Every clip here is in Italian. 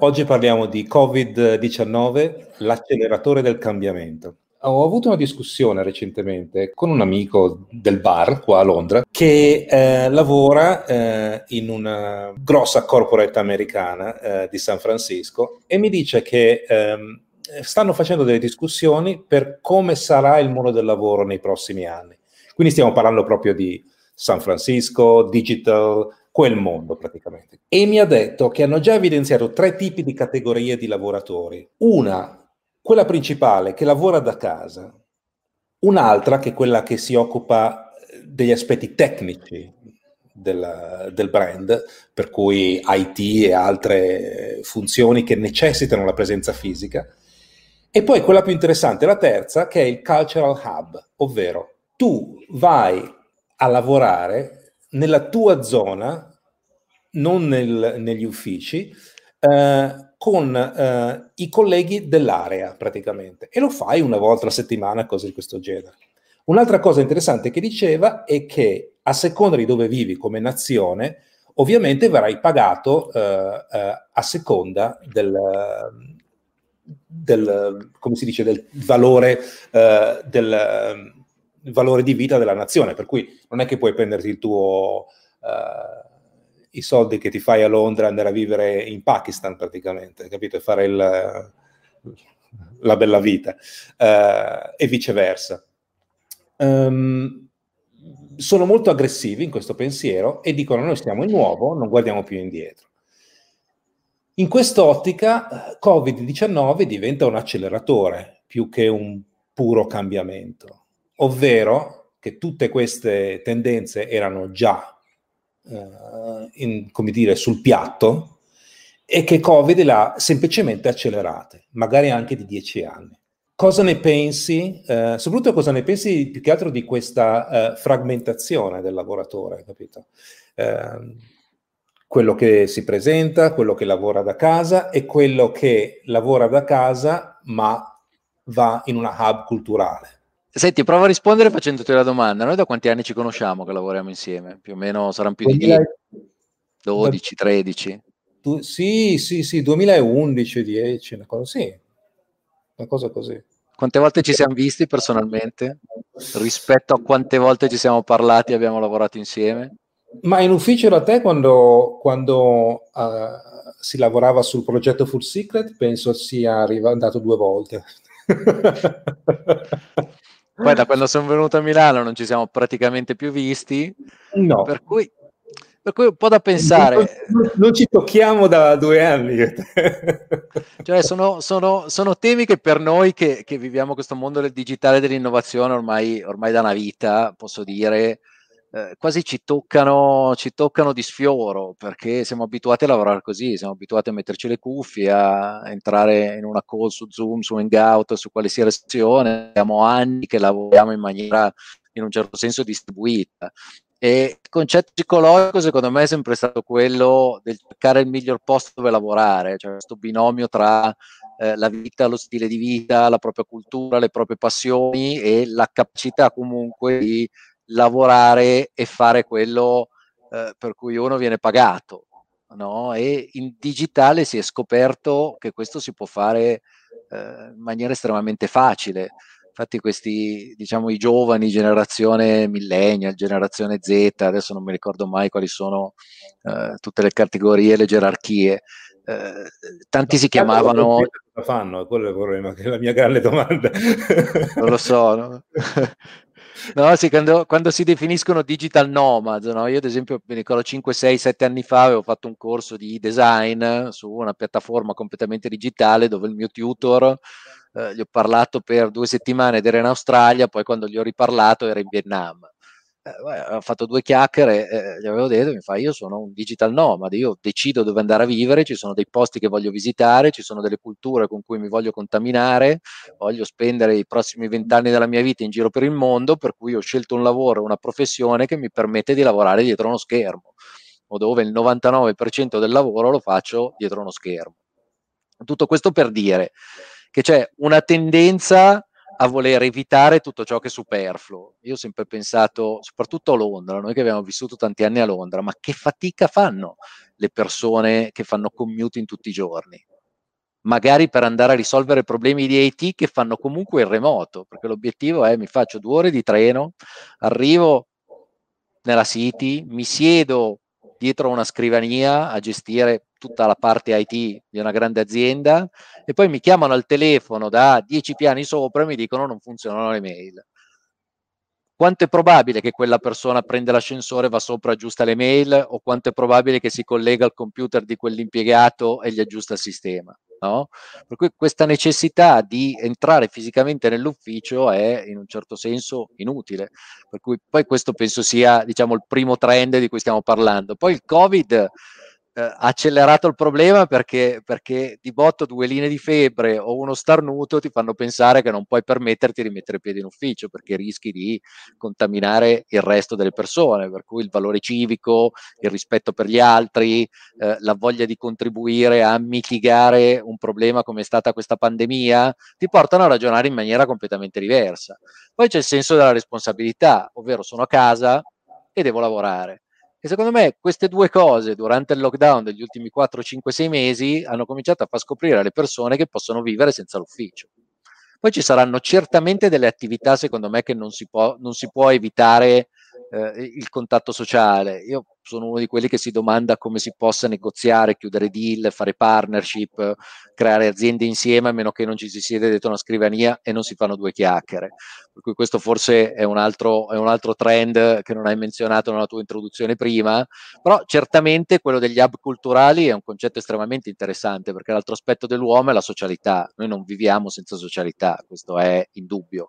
Oggi parliamo di Covid-19, l'acceleratore del cambiamento. Ho avuto una discussione recentemente con un amico del bar qua a Londra che lavora in una grossa corporate americana di San Francisco e mi dice che stanno facendo delle discussioni per come sarà il mondo del lavoro nei prossimi anni. Quindi stiamo parlando proprio di San Francisco, digital, quel mondo praticamente. E mi ha detto che hanno già evidenziato 3 tipi di categorie di lavoratori. Una, quella principale, che lavora da casa. Un'altra, che è quella che si occupa degli aspetti tecnici del brand, per cui IT e altre funzioni che necessitano la presenza fisica. E poi quella più interessante, la terza, che è il cultural hub, ovvero tu vai a lavorare nella tua zona, non negli uffici, con i colleghi dell'area praticamente, e lo fai una volta alla settimana, cose di questo genere. Un'altra cosa interessante che diceva è che a seconda di dove vivi come nazione, ovviamente verrai pagato a seconda come si dice, del valore valore di vita della nazione, per cui non è che puoi prenderti i soldi che ti fai a Londra e andare a vivere in Pakistan praticamente, capito? E fare la bella vita, e viceversa. Sono molto aggressivi in questo pensiero e dicono: noi siamo in nuovo, non guardiamo più indietro. In quest'ottica Covid-19 diventa un acceleratore più che un puro cambiamento, ovvero che tutte queste tendenze erano già come dire, sul piatto, e che Covid le ha semplicemente accelerate, magari anche di 10 anni. Cosa ne pensi? Soprattutto cosa ne pensi più che altro di questa fragmentazione del lavoratore, capito? Quello che si presenta, quello che lavora da casa e quello che lavora da casa ma va in una hub culturale. Senti, provo a rispondere facendoti la domanda. Noi da quanti anni ci conosciamo che lavoriamo insieme? Più o meno saranno più di 10, 12, 13? Sì, 2011, 10, una cosa, sì, una cosa così. Quante volte ci siamo visti personalmente? Rispetto a quante volte ci siamo parlati e abbiamo lavorato insieme? Ma in ufficio da te, quando si lavorava sul progetto Full Secret, penso sia andato 2 volte. Poi da quando sono venuto a Milano non ci siamo praticamente più visti, No. per cui un po' da pensare. Non ci tocchiamo da 2 anni. Cioè sono temi che per noi che viviamo questo mondo del digitale e dell'innovazione ormai da una vita, posso dire, quasi ci toccano di sfioro, perché siamo abituati a lavorare così, siamo abituati a metterci le cuffie, a entrare in una call su Zoom, su Hangout, su qualsiasi sessione. Abbiamo anni che lavoriamo in maniera in un certo senso distribuita. E il concetto psicologico secondo me è sempre stato quello del cercare il miglior posto dove lavorare, cioè questo binomio tra la vita, lo stile di vita, la propria cultura, le proprie passioni e la capacità comunque di lavorare e fare quello per cui uno viene pagato, no? E in digitale si è scoperto che questo si può fare in maniera estremamente facile. Infatti questi, diciamo, i giovani, generazione millennial, generazione Z, adesso non mi ricordo mai quali sono tutte le categorie, le gerarchie, tanti si chiamavano... Cosa fanno? Quello è il problema, che è la mia grande domanda. Non lo so, no? No, sì, quando si definiscono digital nomad, no? Io ad esempio mi ricordo 5, 6, 7 anni fa avevo fatto un corso di design su una piattaforma completamente digitale dove il mio tutor gli ho parlato per 2 settimane ed era in Australia, poi quando gli ho riparlato era in Vietnam. Ho fatto 2 chiacchiere, gli avevo detto, mi fa: io sono un digital nomad, io decido dove andare a vivere, ci sono dei posti che voglio visitare, ci sono delle culture con cui mi voglio contaminare, voglio spendere i prossimi 20 anni della mia vita in giro per il mondo, per cui ho scelto un lavoro, una professione che mi permette di lavorare dietro uno schermo, o dove il 99% del lavoro lo faccio dietro uno schermo. Tutto questo per dire che c'è una tendenza a voler evitare tutto ciò che è superfluo. Io ho sempre pensato, soprattutto a Londra, noi che abbiamo vissuto tanti anni a Londra, ma che fatica fanno le persone che fanno commuting tutti i giorni? Magari per andare a risolvere problemi di IT che fanno comunque in remoto, perché l'obiettivo è: mi faccio 2 ore di treno, arrivo nella City, mi siedo dietro a una scrivania a gestire tutta la parte IT di una grande azienda e poi mi chiamano al telefono da 10 piani sopra e mi dicono non funzionano le mail. Quanto è probabile che quella persona prenda l'ascensore, va sopra, aggiusta le mail, o quanto è probabile che si collega al computer di quell'impiegato e gli aggiusta il sistema? No? Per cui questa necessità di entrare fisicamente nell'ufficio è in un certo senso inutile. Per cui poi questo penso sia, diciamo, il primo trend di cui stiamo parlando. Poi il Covid ha accelerato il problema perché di botto 2 linee di febbre o uno starnuto ti fanno pensare che non puoi permetterti di mettere piede in ufficio perché rischi di contaminare il resto delle persone, per cui il valore civico, il rispetto per gli altri, la voglia di contribuire a mitigare un problema come è stata questa pandemia, ti portano a ragionare in maniera completamente diversa. Poi c'è il senso della responsabilità, ovvero sono a casa e devo lavorare. E secondo me queste due cose durante il lockdown degli ultimi 4, 5, 6 mesi hanno cominciato a far scoprire alle persone che possono vivere senza l'ufficio. Poi ci saranno certamente delle attività, secondo me, che non si può evitare il contatto sociale. Io sono uno di quelli che si domanda come si possa negoziare, chiudere deal, fare partnership, creare aziende insieme, a meno che non ci si siede dietro una scrivania e non si fanno 2 chiacchiere. Per cui questo forse è un altro trend che non hai menzionato nella tua introduzione prima, però certamente quello degli hub culturali è un concetto estremamente interessante, perché l'altro aspetto dell'uomo è la socialità. Noi non viviamo senza socialità, questo è indubbio.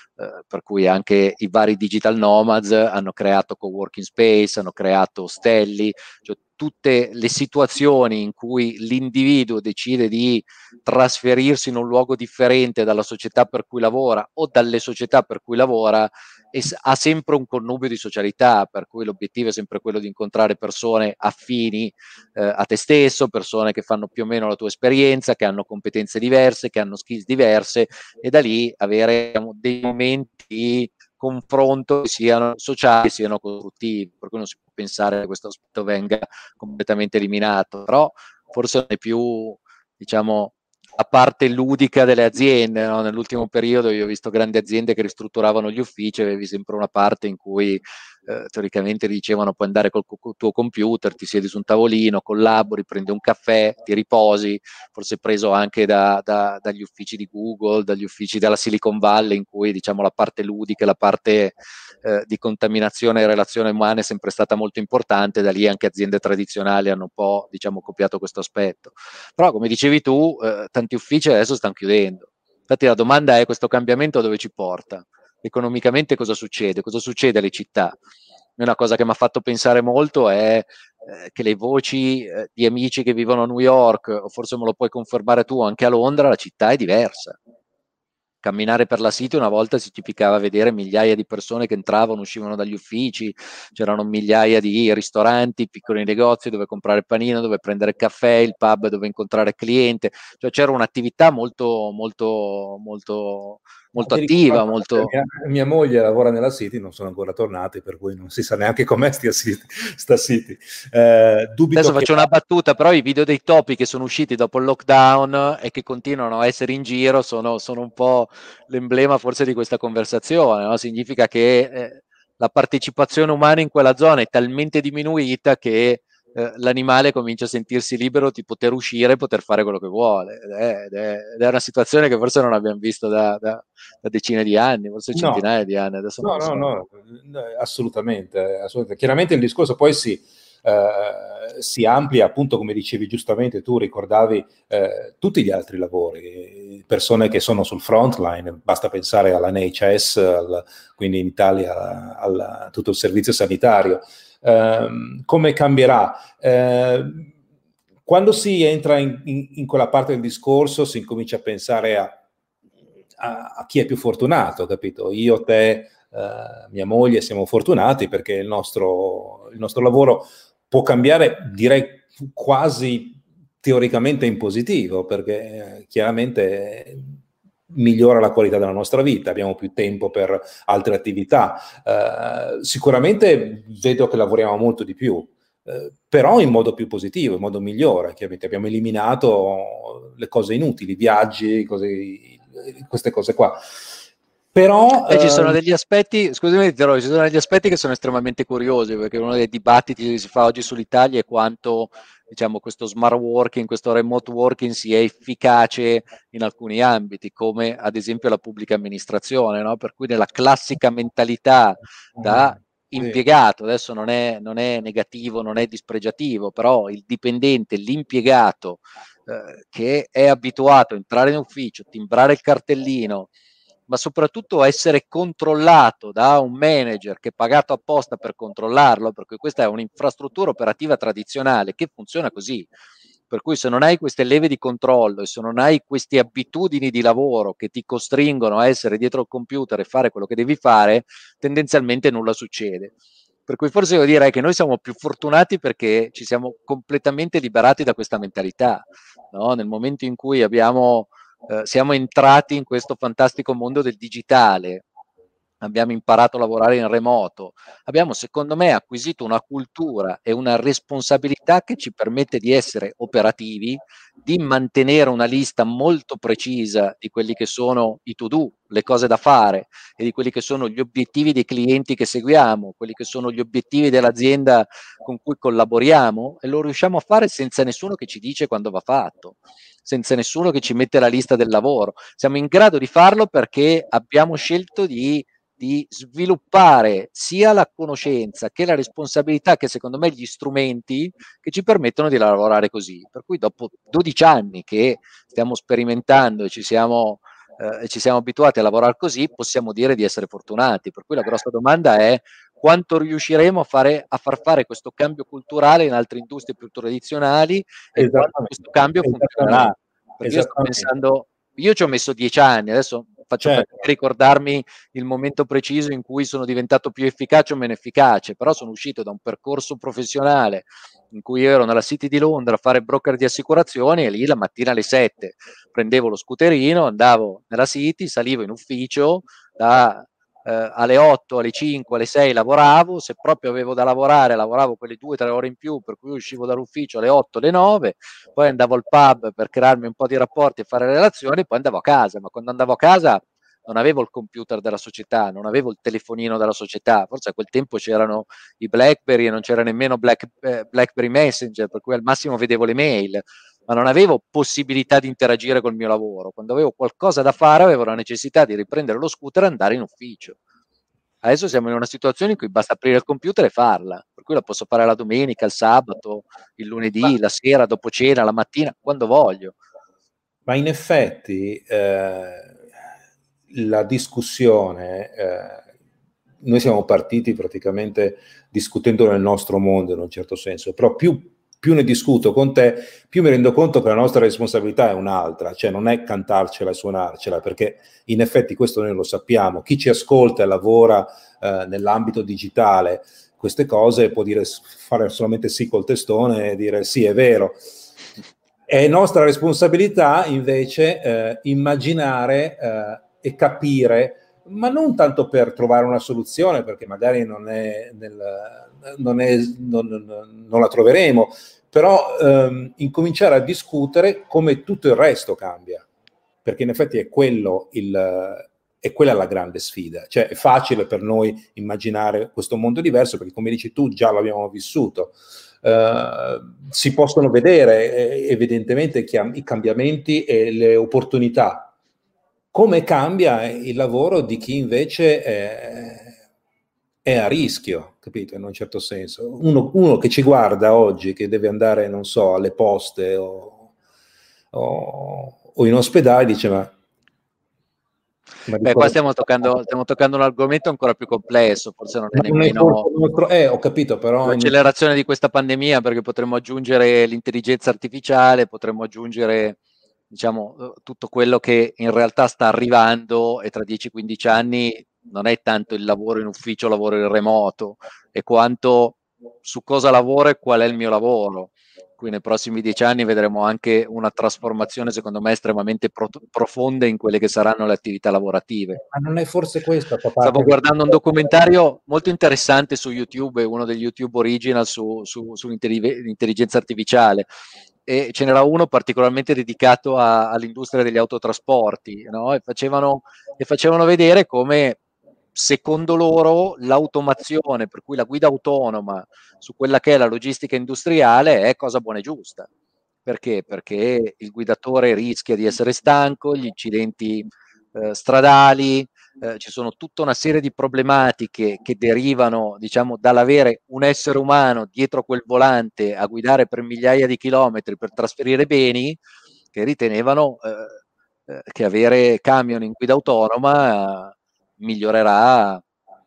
Per cui anche i vari digital nomads hanno creato coworking space, hanno creato ostelli, cioè tutte le situazioni in cui l'individuo decide di trasferirsi in un luogo differente dalla società per cui lavora o dalle società per cui lavora, ha sempre un connubio di socialità, per cui l'obiettivo è sempre quello di incontrare persone affini a te stesso, persone che fanno più o meno la tua esperienza, che hanno competenze diverse, che hanno skills diverse, e da lì avere dei momenti di confronto che siano sociali, che siano costruttivi, per cui non si può pensare che questo aspetto venga completamente eliminato, però forse non è più, diciamo, la parte ludica delle aziende, no? Nell'ultimo periodo io ho visto grandi aziende che ristrutturavano gli uffici, avevi sempre una parte in cui teoricamente dicevano puoi andare col tuo computer, ti siedi su un tavolino, collabori, prendi un caffè, ti riposi, forse preso anche dagli uffici di Google, dagli uffici della Silicon Valley, in cui diciamo la parte ludica, la parte di contaminazione e relazione umana è sempre stata molto importante, da lì anche aziende tradizionali hanno un po' diciamo copiato questo aspetto. Però come dicevi tu, tanti uffici adesso stanno chiudendo. Infatti la domanda è: questo cambiamento dove ci porta? Economicamente cosa succede? Cosa succede alle città? Una cosa che mi ha fatto pensare molto è che le voci di amici che vivono a New York, o forse me lo puoi confermare tu, anche a Londra, la città è diversa. Camminare per la City una volta significava vedere migliaia di persone che entravano, uscivano dagli uffici, c'erano migliaia di ristoranti, piccoli negozi dove comprare il panino, dove prendere il caffè, il pub dove incontrare il cliente, cioè c'era un'attività molto, molto, molto, molto attiva, molto... Mia moglie lavora nella City, non sono ancora tornati, per cui non si sa neanche com'è sta City. Adesso faccio una battuta, però i video dei topi che sono usciti dopo il lockdown e che continuano a essere in giro sono un po' l'emblema forse di questa conversazione, no? Significa che la partecipazione umana in quella zona è talmente diminuita che l'animale comincia a sentirsi libero di poter uscire e poter fare quello che vuole. Ed è una situazione che forse non abbiamo visto da decine di anni, forse centinaia di anni. Adesso non lo so. No, assolutamente. Chiaramente il discorso poi si amplia, appunto, come dicevi giustamente, tu ricordavi tutti gli altri lavori, persone che sono sul frontline, basta pensare all'NHS, quindi in Italia a tutto il servizio sanitario. Come cambierà? Quando si entra in quella parte del discorso si incomincia a pensare a chi è più fortunato, capito? Io, te, mia moglie siamo fortunati perché il nostro lavoro può cambiare, direi quasi teoricamente in positivo, perché chiaramente migliora la qualità della nostra vita, abbiamo più tempo per altre attività. Sicuramente vedo che lavoriamo molto di più, però in modo più positivo, in modo migliore. Chiaramente abbiamo eliminato le cose inutili, viaggi, queste cose qua. Però ci sono degli aspetti, scusami, ci sono degli aspetti che sono estremamente curiosi, perché uno dei dibattiti che si fa oggi sull'Italia è quanto, diciamo, questo smart working, questo remote working sia efficace in alcuni ambiti, come ad esempio la pubblica amministrazione, no? Per cui nella classica mentalità da impiegato, adesso non è negativo, non è dispregiativo, però il dipendente, l'impiegato che è abituato a entrare in ufficio, timbrare il cartellino, ma soprattutto essere controllato da un manager che è pagato apposta per controllarlo, perché questa è un'infrastruttura operativa tradizionale che funziona così. Per cui se non hai queste leve di controllo e se non hai queste abitudini di lavoro che ti costringono a essere dietro il computer e fare quello che devi fare, tendenzialmente nulla succede. Per cui forse devo dire che noi siamo più fortunati perché ci siamo completamente liberati da questa mentalità, no? Nel momento in cui siamo entrati in questo fantastico mondo del digitale, abbiamo imparato a lavorare in remoto, abbiamo secondo me acquisito una cultura e una responsabilità che ci permette di essere operativi, di mantenere una lista molto precisa di quelli che sono i to-do, le cose da fare e di quelli che sono gli obiettivi dei clienti che seguiamo, quelli che sono gli obiettivi dell'azienda con cui collaboriamo, e lo riusciamo a fare senza nessuno che ci dice quando va fatto, senza nessuno che ci mette la lista del lavoro. Siamo in grado di farlo perché abbiamo scelto di sviluppare sia la conoscenza che la responsabilità, che secondo me gli strumenti che ci permettono di lavorare così. Per cui dopo 12 anni che stiamo sperimentando e ci siamo abituati a lavorare così, possiamo dire di essere fortunati. Per cui la grossa domanda è quanto riusciremo a far fare questo cambio culturale in altre industrie più tradizionali e quanto questo cambio funzionerà. Perché io sto pensando, io ci ho messo 10 anni, adesso faccio fatica a ricordarmi il momento preciso in cui sono diventato più efficace o meno efficace, però sono uscito da un percorso professionale in cui ero nella City di Londra a fare broker di assicurazioni e lì la mattina alle 7 prendevo lo scooterino, andavo nella City, salivo in ufficio, alle 8, alle 5, alle 6 lavoravo, se proprio avevo da lavorare lavoravo quelle 2-3 ore in più, per cui uscivo dall'ufficio alle 8, alle 9, poi andavo al pub per crearmi un po' di rapporti e fare relazioni, poi andavo a casa, ma quando andavo a casa non avevo il computer della società, non avevo il telefonino della società, forse a quel tempo c'erano i BlackBerry e non c'era nemmeno BlackBerry Messenger, per cui al massimo vedevo le mail, ma non avevo possibilità di interagire col mio lavoro. Quando avevo qualcosa da fare avevo la necessità di riprendere lo scooter e andare in ufficio. Adesso siamo in una situazione in cui basta aprire il computer e farla, per cui la posso fare la domenica, il sabato, il lunedì, la sera, dopo cena, la mattina, quando voglio. Ma in effetti la discussione, noi siamo partiti praticamente discutendo nel nostro mondo in un certo senso, però più ne discuto con te, più mi rendo conto che la nostra responsabilità è un'altra, cioè non è cantarcela e suonarcela, perché in effetti questo noi lo sappiamo. Chi ci ascolta e lavora nell'ambito digitale, queste cose può fare solamente sì col testone e dire sì, è vero. È nostra responsabilità invece immaginare e capire, ma non tanto per trovare una soluzione, perché magari non la troveremo, però incominciare a discutere come tutto il resto cambia, perché in effetti è quella la grande sfida. Cioè è facile per noi immaginare questo mondo diverso, perché come dici tu già l'abbiamo vissuto. Si possono vedere evidentemente i cambiamenti e le opportunità. Come cambia il lavoro di chi invece è a rischio, capito? In un certo senso. Uno che ci guarda oggi, che deve andare, non so, alle poste o in ospedale, dice Beh, qua stiamo toccando un argomento ancora più complesso, forse non è nemmeno ho capito, però l'accelerazione di questa pandemia, perché potremmo aggiungere l'intelligenza artificiale, potremmo aggiungere, diciamo, tutto quello che in realtà sta arrivando, e tra 10-15 anni non è tanto il lavoro in ufficio, lavoro in remoto, è quanto su cosa lavoro e qual è il mio lavoro, cui nei prossimi 10 anni vedremo anche una trasformazione, secondo me, estremamente profonda in quelle che saranno le attività lavorative. Ma non è forse questa fa parte Stavo guardando un documentario molto interessante su YouTube, uno degli YouTube Original sull'intelligenza artificiale, e ce n'era uno particolarmente dedicato all'industria degli autotrasporti, no? E facevano vedere come, secondo loro, l'automazione, per cui la guida autonoma su quella che è la logistica industriale, è cosa buona e giusta. Perché? Perché il guidatore rischia di essere stanco, gli incidenti stradali, ci sono tutta una serie di problematiche che derivano, diciamo, dall'avere un essere umano dietro quel volante a guidare per migliaia di chilometri per trasferire beni, che ritenevano che avere camion in guida autonoma migliorerà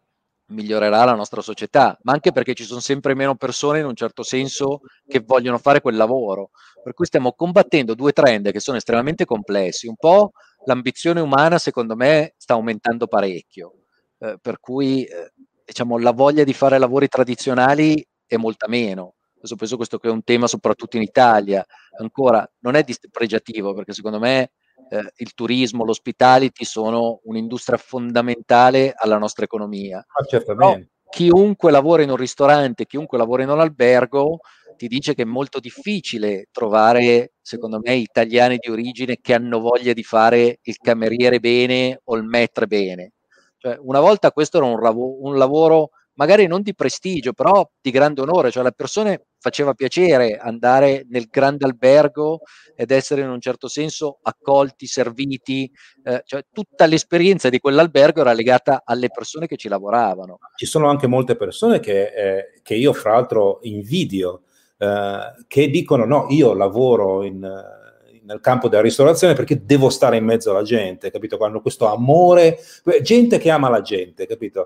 la nostra società, ma anche perché ci sono sempre meno persone, in un certo senso, che vogliono fare quel lavoro. Per cui stiamo combattendo due trend che sono estremamente complessi. Un po' l'ambizione umana, secondo me, sta aumentando parecchio, per cui diciamo, la voglia di fare lavori tradizionali è molta meno. Adesso penso questo che è un tema soprattutto in Italia. Ancora non è dispregiativo, perché secondo me il turismo, l'hospitality sono un'industria fondamentale alla nostra economia. Però certamente. chiunque lavora in un ristorante, chiunque lavora in un albergo, ti dice che è molto difficile trovare, secondo me, italiani di origine che hanno voglia di fare il cameriere bene o il maître bene. Cioè, una volta questo era un lavoro magari non di prestigio, però di grande onore, cioè alle persone faceva piacere andare nel grande albergo ed essere in un certo senso accolti, serviti, cioè tutta l'esperienza di quell'albergo era legata alle persone che ci lavoravano. Ci sono anche molte persone che io fra l'altro invidio, che dicono no, io lavoro nel campo della ristorazione perché devo stare in mezzo alla gente, capito? Hanno questo amore, gente che ama la gente, capito?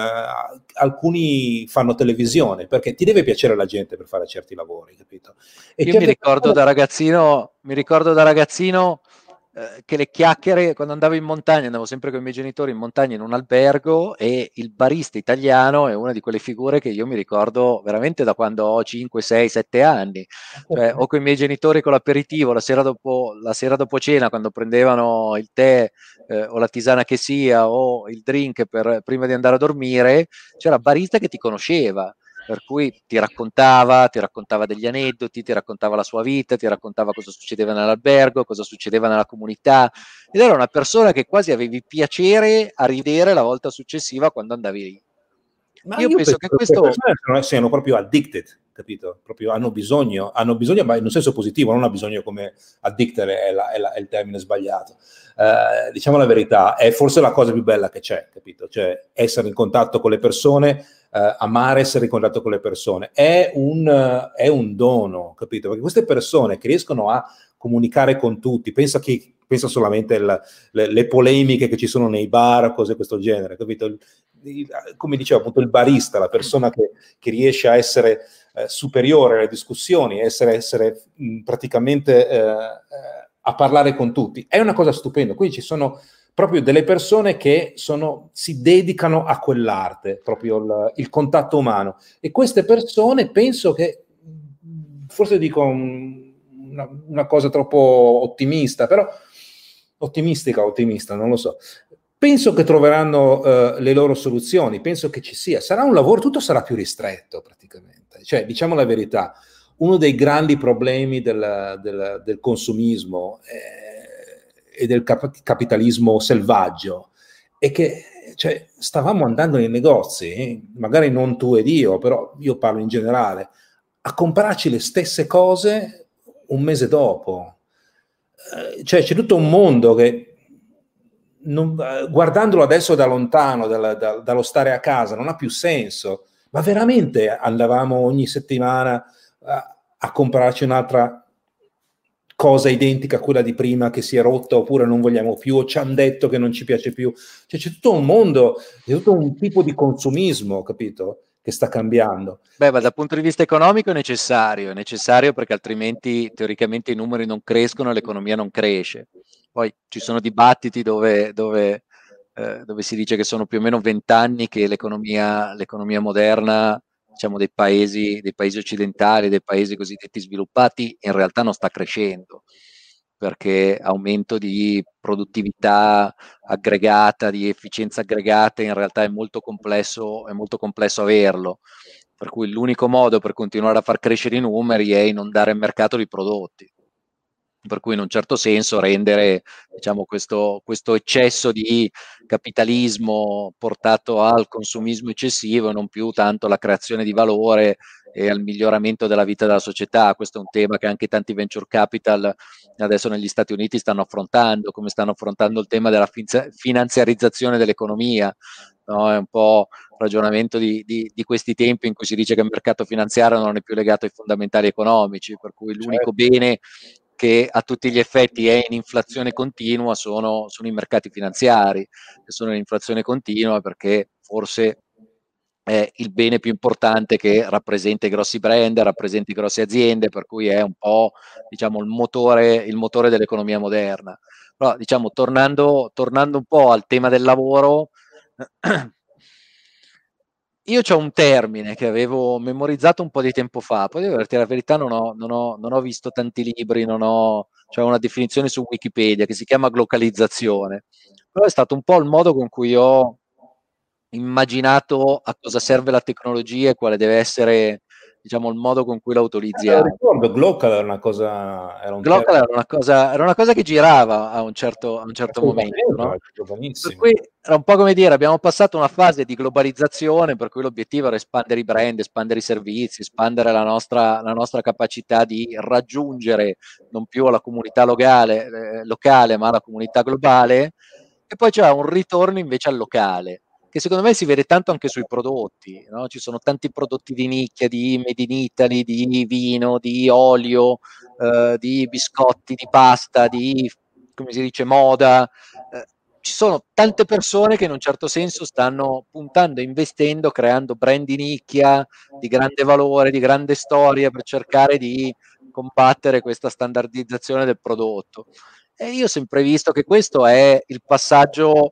Alcuni fanno televisione perché ti deve piacere la gente per fare certi lavori, capito? E io mi ricordo da ragazzino che le chiacchiere, quando andavo in montagna, andavo sempre con i miei genitori in montagna in un albergo, e il barista italiano è una di quelle figure che io mi ricordo veramente da quando ho 5, 6, 7 anni. Cioè, o con i miei genitori con l'aperitivo la sera dopo cena, quando prendevano il tè o la tisana che sia, o il drink prima di andare a dormire, c'era il barista che ti conosceva, per cui ti raccontava degli aneddoti, ti raccontava la sua vita, ti raccontava cosa succedeva nell'albergo, cosa succedeva nella comunità, ed era una persona che quasi avevi piacere a rivedere la volta successiva quando andavi lì. Ma io penso che queste persone siano proprio addicted, capito? Proprio hanno bisogno, ma in un senso positivo, non ha bisogno come addicted è il termine sbagliato. Diciamo la verità, è forse la cosa più bella che c'è, capito? Cioè essere in contatto con le persone, amare essere in contatto con le persone, è un dono, capito? Perché queste persone che riescono a comunicare con tutti, pensa solamente le polemiche che ci sono nei bar, cose di questo genere, capito? Come dicevo appunto il barista, la persona che riesce a essere superiore alle discussioni, essere praticamente a parlare con tutti, è una cosa stupenda. Quindi ci sono proprio delle persone che si dedicano a quell'arte, proprio il contatto umano, e queste persone penso che, forse dico una cosa troppo ottimista, però ottimista, non lo so. Penso che troveranno le loro soluzioni, penso che ci sia. Sarà un lavoro, tutto sarà più ristretto praticamente. Cioè, diciamo la verità, uno dei grandi problemi del consumismo e del capitalismo selvaggio è che, cioè, stavamo andando nei negozi, magari non tu ed io, però io parlo in generale, a comprarci le stesse cose un mese dopo. Cioè, c'è tutto un mondo che, guardandolo adesso da lontano, dallo stare a casa, non ha più senso. Ma veramente andavamo ogni settimana a comprarci un'altra cosa identica a quella di prima che si è rotta, oppure non vogliamo più, o ci hanno detto che non ci piace più? Cioè, c'è tutto un mondo, c'è tutto un tipo di consumismo, capito? Che sta cambiando. Beh, ma dal punto di vista economico è necessario perché altrimenti teoricamente i numeri non crescono e l'economia non cresce. Poi ci sono dibattiti dove si dice che sono più o meno 20 anni che l'economia moderna diciamo, dei paesi occidentali, dei paesi cosiddetti sviluppati, in realtà non sta crescendo, perché aumento di produttività aggregata, di efficienza aggregata, in realtà è molto complesso averlo. Per cui l'unico modo per continuare a far crescere i numeri è inondare il mercato di prodotti. Per cui in un certo senso rendere, diciamo, questo eccesso di capitalismo portato al consumismo eccessivo e non più tanto alla creazione di valore e al miglioramento della vita della società. Questo è un tema che anche tanti venture capital adesso negli Stati Uniti stanno affrontando, come stanno affrontando il tema della finanziarizzazione dell'economia. No? È un po' il ragionamento di questi tempi in cui si dice che il mercato finanziario non è più legato ai fondamentali economici, per cui l'unico bene che a tutti gli effetti è in inflazione continua sono i mercati finanziari, che sono in inflazione continua perché forse è il bene più importante che rappresenta i grossi brand, rappresenta le grosse aziende, per cui è un po', diciamo, il motore dell'economia moderna. Però, diciamo, tornando un po' al tema del lavoro, io c'ho un termine che avevo memorizzato un po' di tempo fa, poi devo dirti la verità, non ho visto tanti libri, c'è una definizione su Wikipedia che si chiama glocalizzazione, però è stato un po' il modo con cui ho immaginato a cosa serve la tecnologia e quale deve essere, diciamo, il modo con cui la utilizziamo. Ricordo, Glocal era una cosa, era un Glocal termine. era una cosa che girava a un certo momento, no? Per cui era un po' come dire, abbiamo passato una fase di globalizzazione per cui l'obiettivo era espandere i brand, espandere i servizi, espandere la nostra capacità di raggiungere non più la comunità locale, ma la comunità globale, e poi c'era un ritorno invece al locale, che secondo me si vede tanto anche sui prodotti, no? Ci sono tanti prodotti di nicchia, di Made in Italy, di vino, di olio, di biscotti, di pasta, di, come si dice, moda. Ci sono tante persone che in un certo senso stanno puntando, investendo, creando brand di nicchia, di grande valore, di grande storia per cercare di combattere questa standardizzazione del prodotto. E io ho sempre visto che questo è il passaggio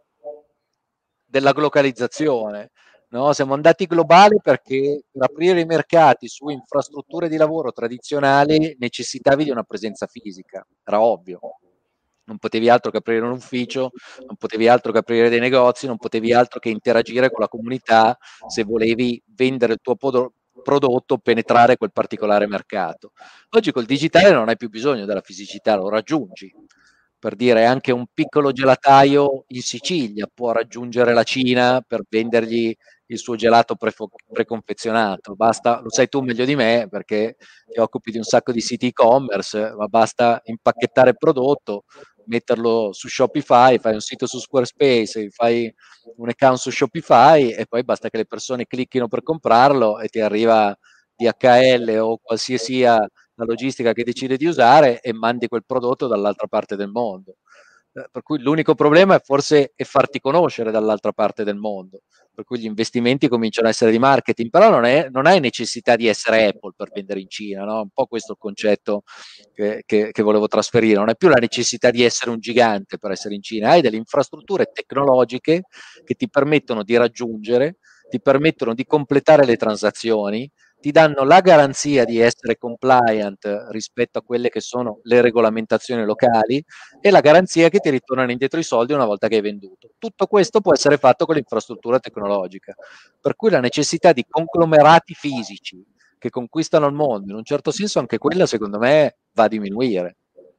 della globalizzazione. No? Siamo andati globali perché per aprire i mercati su infrastrutture di lavoro tradizionali necessitavi di una presenza fisica, era ovvio. Non potevi altro che aprire un ufficio, non potevi altro che aprire dei negozi, non potevi altro che interagire con la comunità se volevi vendere il tuo prodotto o penetrare quel particolare mercato. Oggi col digitale non hai più bisogno della fisicità, lo raggiungi. Per dire, anche un piccolo gelataio in Sicilia può raggiungere la Cina per vendergli il suo gelato preconfezionato. Basta, lo sai tu meglio di me perché ti occupi di un sacco di siti e-commerce, ma basta impacchettare il prodotto, metterlo su Shopify, fai un sito su Squarespace, fai un account su Shopify e poi basta che le persone clicchino per comprarlo e ti arriva DHL o qualsiasi sia la logistica che decide di usare e mandi quel prodotto dall'altra parte del mondo. Per cui l'unico problema è forse farti conoscere dall'altra parte del mondo, per cui gli investimenti cominciano a essere di marketing, però non hai necessità di essere Apple per vendere in Cina, no? Un po' questo è il concetto che volevo trasferire, non hai più la necessità di essere un gigante per essere in Cina, hai delle infrastrutture tecnologiche che ti permettono di raggiungere, ti permettono di completare le transazioni, ti danno la garanzia di essere compliant rispetto a quelle che sono le regolamentazioni locali e la garanzia che ti ritornano indietro i soldi una volta che hai venduto. Tutto questo può essere fatto con l'infrastruttura tecnologica, per cui la necessità di conglomerati fisici che conquistano il mondo, in un certo senso anche quella secondo me va a diminuire.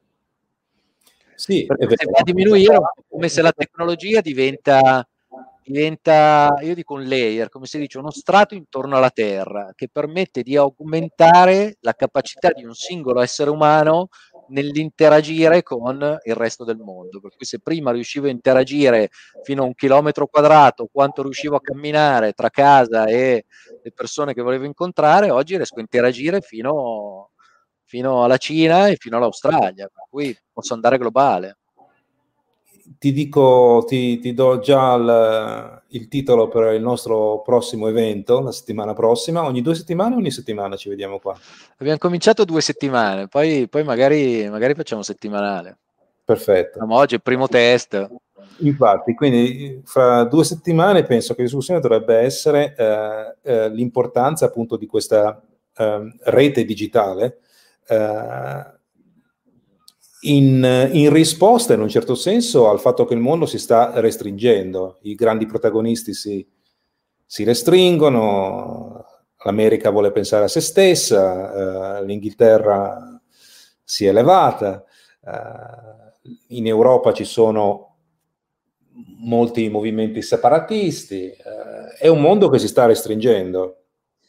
Sì, perché se va a diminuire è un po' come se la tecnologia diventa, io dico un layer, come si dice, uno strato intorno alla Terra, che permette di aumentare la capacità di un singolo essere umano nell'interagire con il resto del mondo. Per cui se prima riuscivo a interagire fino a 1 chilometro quadrato, quanto riuscivo a camminare tra casa e le persone che volevo incontrare, oggi riesco a interagire fino alla Cina e fino all'Australia, per cui posso andare globale. Ti dico, ti do già il titolo per il nostro prossimo evento, la settimana prossima. Ogni 2 settimane o ogni settimana ci vediamo qua? Abbiamo cominciato 2 settimane, poi magari facciamo settimanale. Perfetto. Oggi è il primo test. Infatti, quindi fra 2 settimane penso che la discussione dovrebbe essere l'importanza appunto di questa rete digitale in risposta in un certo senso al fatto che il mondo si sta restringendo, i grandi protagonisti si restringono, l'America vuole pensare a se stessa, l'Inghilterra si è elevata, in Europa ci sono molti movimenti separatisti, è un mondo che si sta restringendo.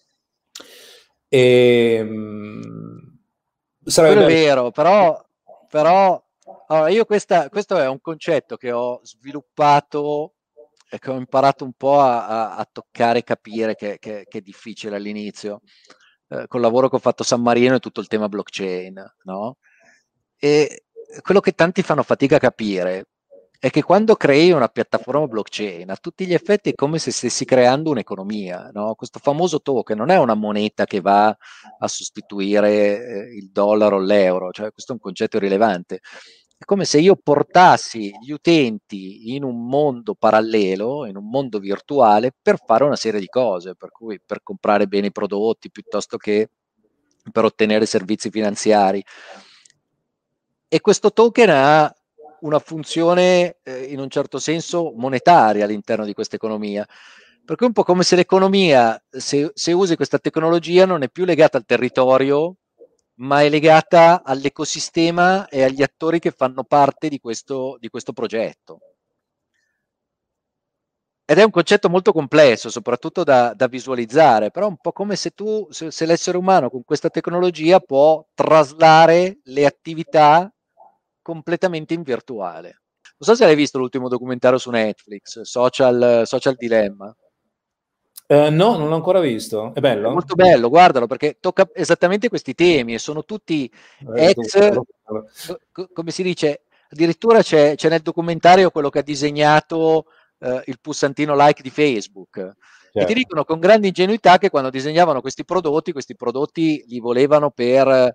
Quello è vero, però allora io questo è un concetto che ho sviluppato e che ho imparato un po' a toccare e capire che è difficile all'inizio, col lavoro che ho fatto a San Marino e tutto il tema blockchain, no? E quello che tanti fanno fatica a capire è che quando crei una piattaforma blockchain, a tutti gli effetti è come se stessi creando un'economia, no? Questo famoso token non è una moneta che va a sostituire il dollaro o l'euro, cioè questo è un concetto irrilevante. È come se io portassi gli utenti in un mondo parallelo, in un mondo virtuale, per fare una serie di cose, per cui per comprare beni e prodotti piuttosto che per ottenere servizi finanziari. E questo token ha una funzione in un certo senso monetaria all'interno di questa economia. Per cui è un po' come se l'economia, se usi questa tecnologia, non è più legata al territorio, ma è legata all'ecosistema e agli attori che fanno parte di questo progetto. Ed è un concetto molto complesso, soprattutto da visualizzare, però è un po' come se se l'essere umano con questa tecnologia può traslare le attività completamente in virtuale. Non so se hai visto l'ultimo documentario su Netflix, Social Dilemma. No, non l'ho ancora visto. È bello? È molto bello, guardalo, perché tocca esattamente questi temi e sono tutti come si dice, addirittura c'è nel documentario quello che ha disegnato il pulsantino like di Facebook. Certo. E ti dicono con grande ingenuità che quando disegnavano questi prodotti li volevano per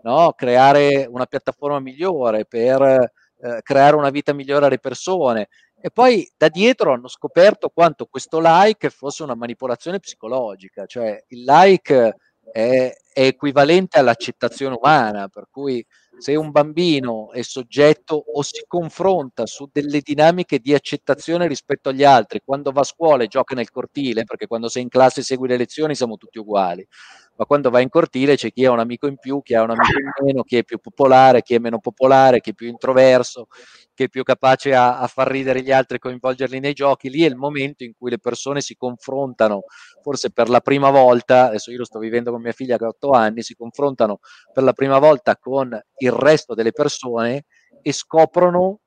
creare una piattaforma migliore, per creare una vita migliore alle persone. E poi da dietro hanno scoperto quanto questo like fosse una manipolazione psicologica, cioè il like è equivalente all'accettazione umana, per cui se un bambino è soggetto o si confronta su delle dinamiche di accettazione rispetto agli altri, quando va a scuola e gioca nel cortile, perché quando sei in classe e segui le lezioni siamo tutti uguali, ma quando vai in cortile c'è chi ha un amico in più, chi ha un amico in meno, chi è più popolare, chi è meno popolare, chi è più introverso, chi è più capace a far ridere gli altri e coinvolgerli nei giochi. Lì è il momento in cui le persone si confrontano, forse per la prima volta, adesso io lo sto vivendo con mia figlia che ha 8 anni, si confrontano per la prima volta con il resto delle persone e scoprono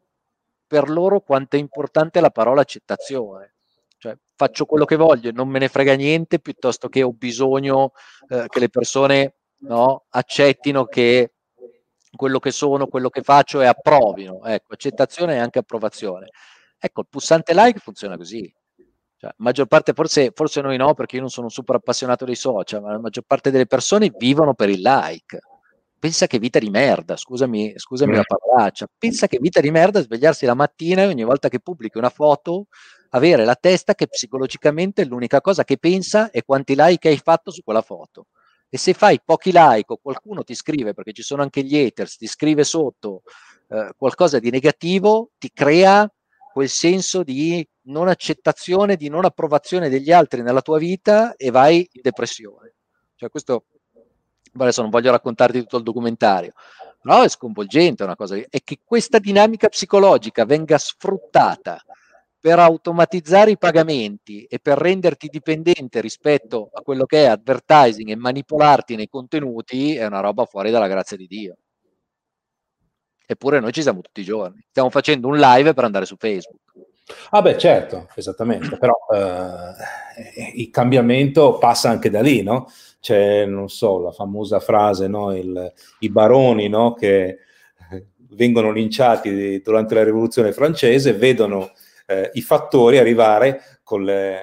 per loro quanto è importante la parola accettazione. Cioè, faccio quello che voglio e non me ne frega niente, piuttosto che ho bisogno che le persone accettino che quello che sono, quello che faccio e approvino. Ecco, accettazione e anche approvazione. Ecco, il pulsante like funziona così. Cioè, maggior parte, forse noi no, perché io non sono un super appassionato dei social, ma la maggior parte delle persone vivono per il like. Pensa che vita di merda, scusami la parolaccia, pensa che vita di merda svegliarsi la mattina e ogni volta che pubblichi una foto avere la testa che psicologicamente l'unica cosa che pensa è quanti like hai fatto su quella foto. E se fai pochi like o qualcuno ti scrive, perché ci sono anche gli haters, ti scrive sotto qualcosa di negativo, ti crea quel senso di non accettazione, di non approvazione degli altri nella tua vita e vai in depressione. Cioè questo, adesso non voglio raccontarti tutto il documentario, però è sconvolgente una cosa, è che questa dinamica psicologica venga sfruttata per automatizzare i pagamenti e per renderti dipendente rispetto a quello che è advertising e manipolarti nei contenuti è una roba fuori dalla grazia di Dio. Eppure noi ci siamo tutti i giorni. Stiamo facendo un live per andare su Facebook. Ah beh, certo, esattamente, però il cambiamento passa anche da lì, no? C'è, non so, la famosa frase, no? I baroni, no? Che vengono linciati durante la Rivoluzione francese, vedono i fattori arrivare con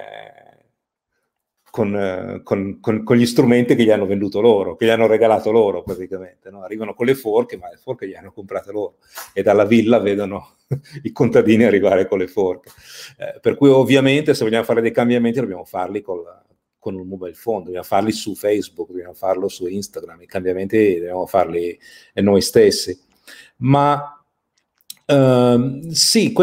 gli strumenti che gli hanno venduto loro, che gli hanno regalato loro praticamente, no? Arrivano con le forche, ma le forche gli hanno comprate loro e dalla villa vedono i contadini arrivare con le forche. Per cui ovviamente se vogliamo fare dei cambiamenti dobbiamo farli con un mobile phone, dobbiamo farli su Facebook, dobbiamo farlo su Instagram, i cambiamenti dobbiamo farli noi stessi. Ma sì,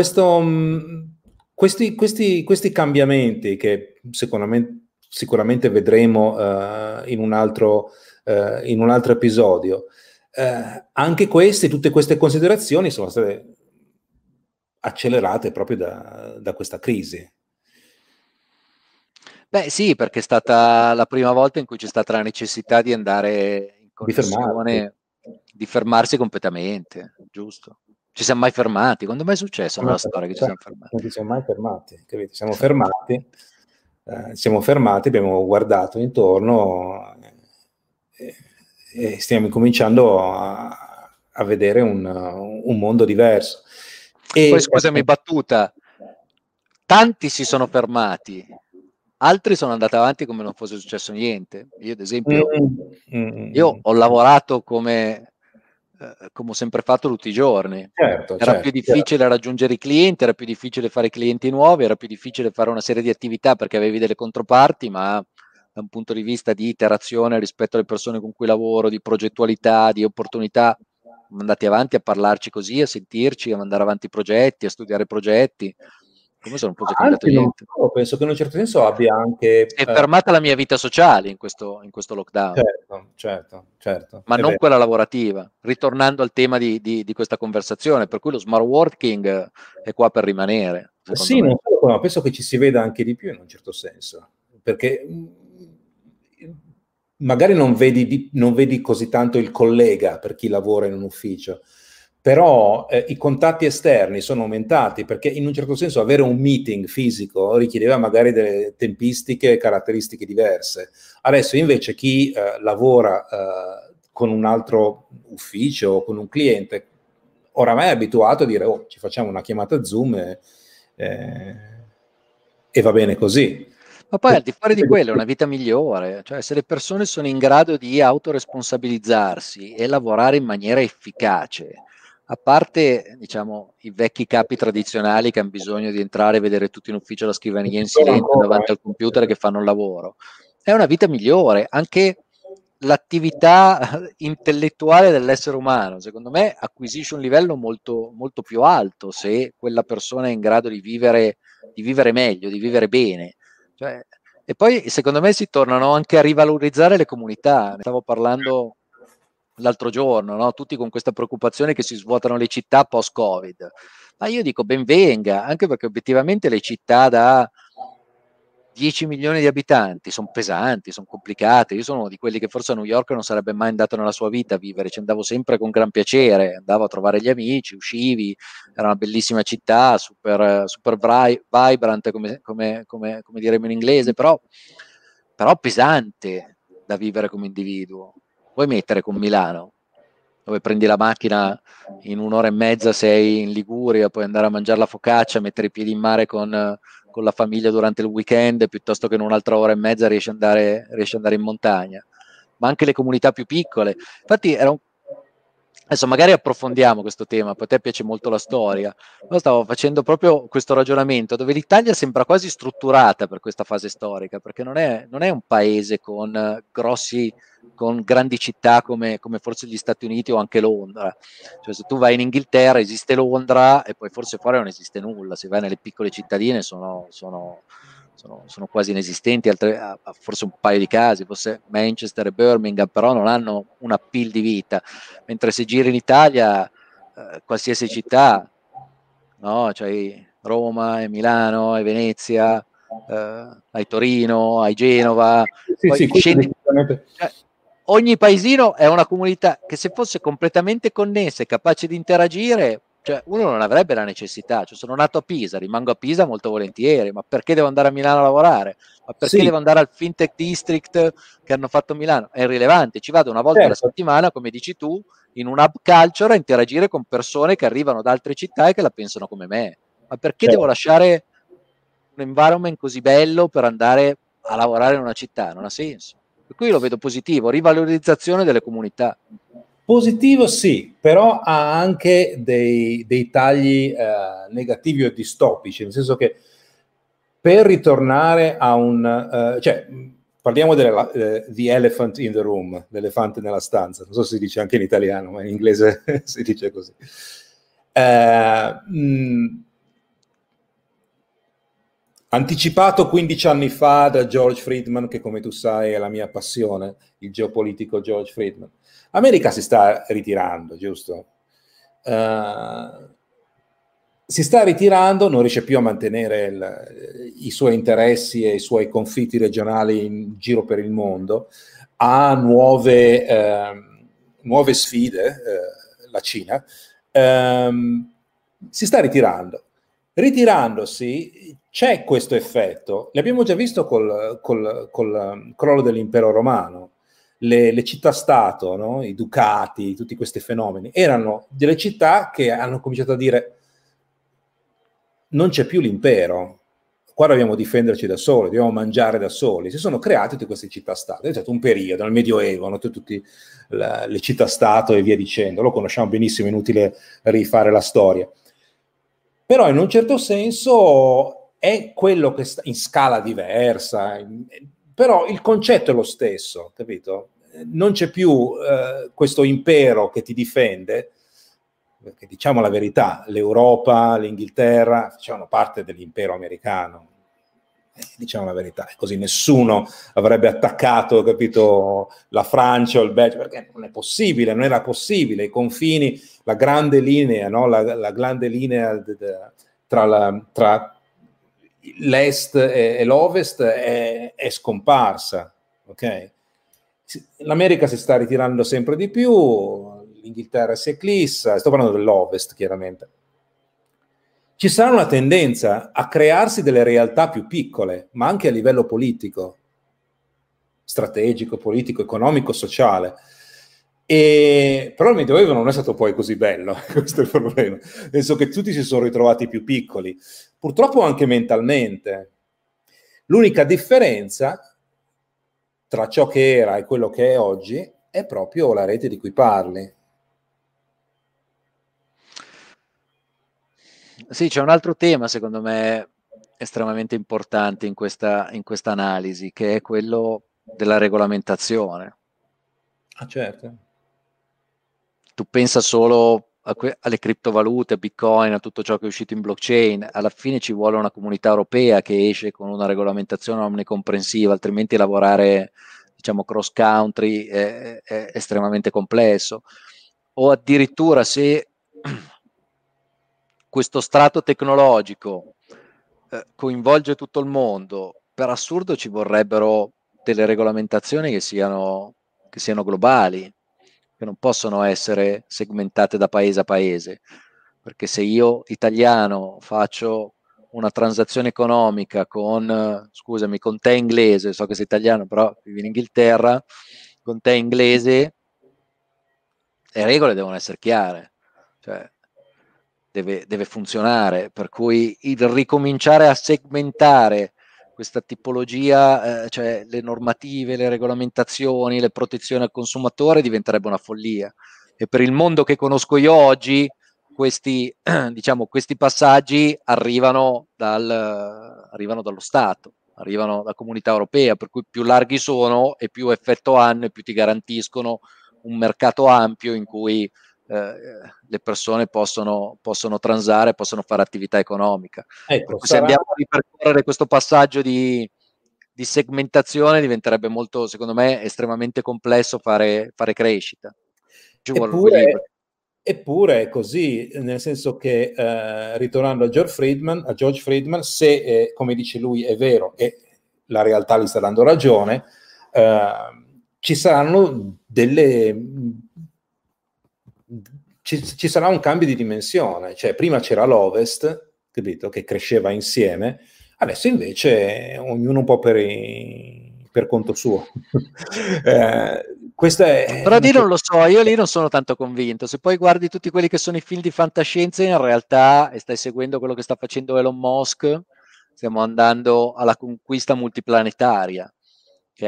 questi cambiamenti che sicuramente vedremo in un altro episodio, anche tutte queste considerazioni sono state accelerate proprio da questa crisi. Beh sì, perché è stata la prima volta in cui c'è stata la necessità di andare in connessione, di fermarsi completamente, giusto? Ci siamo mai fermati? Quando mai è successo nella storia che ci siamo fermati? Non ci siamo mai fermati, capito? Siamo fermati, abbiamo guardato intorno e stiamo cominciando a vedere un mondo diverso. Poi scusami, battuta, tanti si sono fermati, altri sono andati avanti come non fosse successo niente. Io ad esempio, io ho lavorato come ho sempre fatto tutti i giorni. Era più difficile raggiungere i clienti, era più difficile fare clienti nuovi, era più difficile fare una serie di attività perché avevi delle controparti, ma da un punto di vista di iterazione rispetto alle persone con cui lavoro, di progettualità, di opportunità, siamo andati avanti a parlarci così, a sentirci, a mandare avanti progetti, a studiare progetti. Come se non fosse cambiato niente. Penso che in un certo senso abbia anche... Si è fermata la mia vita sociale in questo lockdown. Certo. Ma non quella lavorativa. Ritornando al tema di questa conversazione, per cui lo smart working è qua per rimanere. Sì, non solo, ma penso che ci si veda anche di più in un certo senso, perché magari non vedi così tanto il collega per chi lavora in un ufficio, però i contatti esterni sono aumentati, perché in un certo senso avere un meeting fisico richiedeva magari delle tempistiche e caratteristiche diverse. Adesso invece chi lavora con un altro ufficio o con un cliente oramai è abituato a dire ci facciamo una chiamata Zoom e va bene così. Ma poi al di fuori di quello è una vita migliore, cioè se le persone sono in grado di autoresponsabilizzarsi e lavorare in maniera efficace, a parte diciamo i vecchi capi tradizionali che hanno bisogno di entrare e vedere tutti in ufficio la scrivania in silenzio davanti al computer che fanno il lavoro, è una vita migliore. Anche l'attività intellettuale dell'essere umano, secondo me, acquisisce un livello molto, molto più alto se quella persona è in grado di vivere meglio, di vivere bene. Cioè, e poi secondo me si tornano anche a rivalorizzare le comunità. Ne stavo parlando l'altro giorno, no? Tutti con questa preoccupazione che si svuotano le città post-Covid. Ma io dico ben venga, anche perché obiettivamente le città da 10 milioni di abitanti sono pesanti, sono complicate. Io sono uno di quelli che forse a New York non sarebbe mai andato nella sua vita a vivere, ci andavo sempre con gran piacere, andavo a trovare gli amici, uscivi, era una bellissima città, super vibrant, come diremo in inglese, però pesante da vivere come individuo. Vuoi mettere con Milano, dove prendi la macchina in un'ora e mezza, sei in Liguria, puoi andare a mangiare la focaccia, mettere i piedi in mare con la famiglia durante il weekend, piuttosto che in un'altra ora e mezza riesci ad andare in montagna. Ma anche le comunità più piccole. Infatti adesso magari approfondiamo questo tema, poi a te piace molto la storia. Io stavo facendo proprio questo ragionamento dove l'Italia sembra quasi strutturata per questa fase storica, perché non è un paese con grandi città come forse gli Stati Uniti o anche Londra. Cioè, se tu vai in Inghilterra esiste Londra e poi forse fuori non esiste nulla. Se vai nelle piccole cittadine sono quasi inesistenti, forse un paio di casi, forse Manchester e Birmingham, però non hanno un appeal di vita. Mentre se giri in Italia, qualsiasi città, no? Cioè Roma, e Milano, e Venezia, hai Torino, hai Genova, poi scendi, cioè, ogni paesino è una comunità che se fosse completamente connessa e capace di interagire, cioè uno non avrebbe la necessità. Cioè, sono nato a Pisa, rimango a Pisa molto volentieri, ma perché devo andare a Milano a lavorare? Ma perché devo andare al FinTech District che hanno fatto a Milano? È irrilevante, ci vado una volta alla settimana, come dici tu, in un hub culture a interagire con persone che arrivano da altre città e che la pensano come me. Ma perché devo lasciare un environment così bello per andare a lavorare in una città? Non ha senso. Per cui lo vedo positivo, rivalorizzazione delle comunità. Positivo sì, però ha anche dei tagli negativi o distopici, nel senso che per ritornare a cioè, parliamo the elephant in the room, l'elefante nella stanza, non so se si dice anche in italiano, ma in inglese si dice così. Anticipato 15 anni fa da George Friedman, che come tu sai è la mia passione, il geopolitico George Friedman. America si sta ritirando, giusto? Si sta ritirando, non riesce più a mantenere i suoi interessi e i suoi conflitti regionali in giro per il mondo, ha nuove sfide, la Cina, si sta ritirando. Ritirandosi c'è questo effetto, l'abbiamo già visto col crollo dell'impero romano. Le città-stato, no? I ducati, tutti questi fenomeni, erano delle città che hanno cominciato a dire non c'è più l'impero, qua dobbiamo difenderci da soli, dobbiamo mangiare da soli. Si sono create tutte queste città-stato. È stato un periodo, nel Medioevo, no? Tutte le città-stato e via dicendo. Lo conosciamo benissimo, è inutile rifare la storia. Però in un certo senso è quello che sta in scala diversa, però il concetto è lo stesso, capito? Non c'è più questo impero che ti difende, perché diciamo la verità, l'Europa, l'Inghilterra facevano parte dell'impero americano, diciamo la verità, così nessuno avrebbe attaccato, capito, la Francia o il Belgio, perché non è possibile, non era possibile, i confini, la grande linea, no? la grande linea tra l'est e l'ovest è scomparsa, ok? L'America si sta ritirando sempre di più, l'Inghilterra si eclissa, sto parlando dell'ovest chiaramente. Ci sarà una tendenza a crearsi delle realtà più piccole, ma anche a livello politico, strategico, politico, economico, sociale. Però il Medioevo non è stato poi così bello, questo è il problema. Nel senso che tutti si sono ritrovati più piccoli, purtroppo anche mentalmente. L'unica differenza tra ciò che era e quello che è oggi è proprio la rete di cui parli. Sì, c'è un altro tema, secondo me, estremamente importante in questa analisi, che è quello della regolamentazione. Ah, certo. Tu pensa solo alle criptovalute, a Bitcoin, a tutto ciò che è uscito in blockchain, alla fine ci vuole una comunità europea che esce con una regolamentazione omnicomprensiva, altrimenti lavorare, diciamo, cross country è estremamente complesso. O addirittura se questo strato tecnologico coinvolge tutto il mondo, per assurdo ci vorrebbero delle regolamentazioni che siano globali, che non possono essere segmentate da paese a paese, perché se io italiano faccio una transazione economica con, scusami, con te inglese, so che sei italiano, però vivi in Inghilterra, con te inglese, le regole devono essere chiare, cioè deve funzionare, per cui il ricominciare a segmentare questa tipologia, cioè le normative, le regolamentazioni, le protezioni al consumatore diventerebbe una follia. E per il mondo che conosco io oggi, questi, diciamo, questi passaggi arrivano dallo Stato, arrivano dalla comunità europea, per cui più larghi sono e più effetto hanno e più ti garantiscono un mercato ampio in cui le persone possono transare, possono fare attività economica. Ecco, Se andiamo a ripercorrere questo passaggio di segmentazione diventerebbe molto, secondo me, estremamente complesso fare crescita. Ci vuole equilibrio. Eppure è così, nel senso che ritornando a George Friedman, se come dice lui è vero e la realtà gli sta dando ragione, ci saranno ci sarà un cambio di dimensione, cioè prima c'era l'Ovest, capito, che cresceva insieme, adesso invece ognuno un po' per conto suo. Questa è Però lì non lo so, io lì non sono tanto convinto. Se poi guardi tutti quelli che sono i film di fantascienza, in realtà, e stai seguendo quello che sta facendo Elon Musk, stiamo andando alla conquista multiplanetaria, che è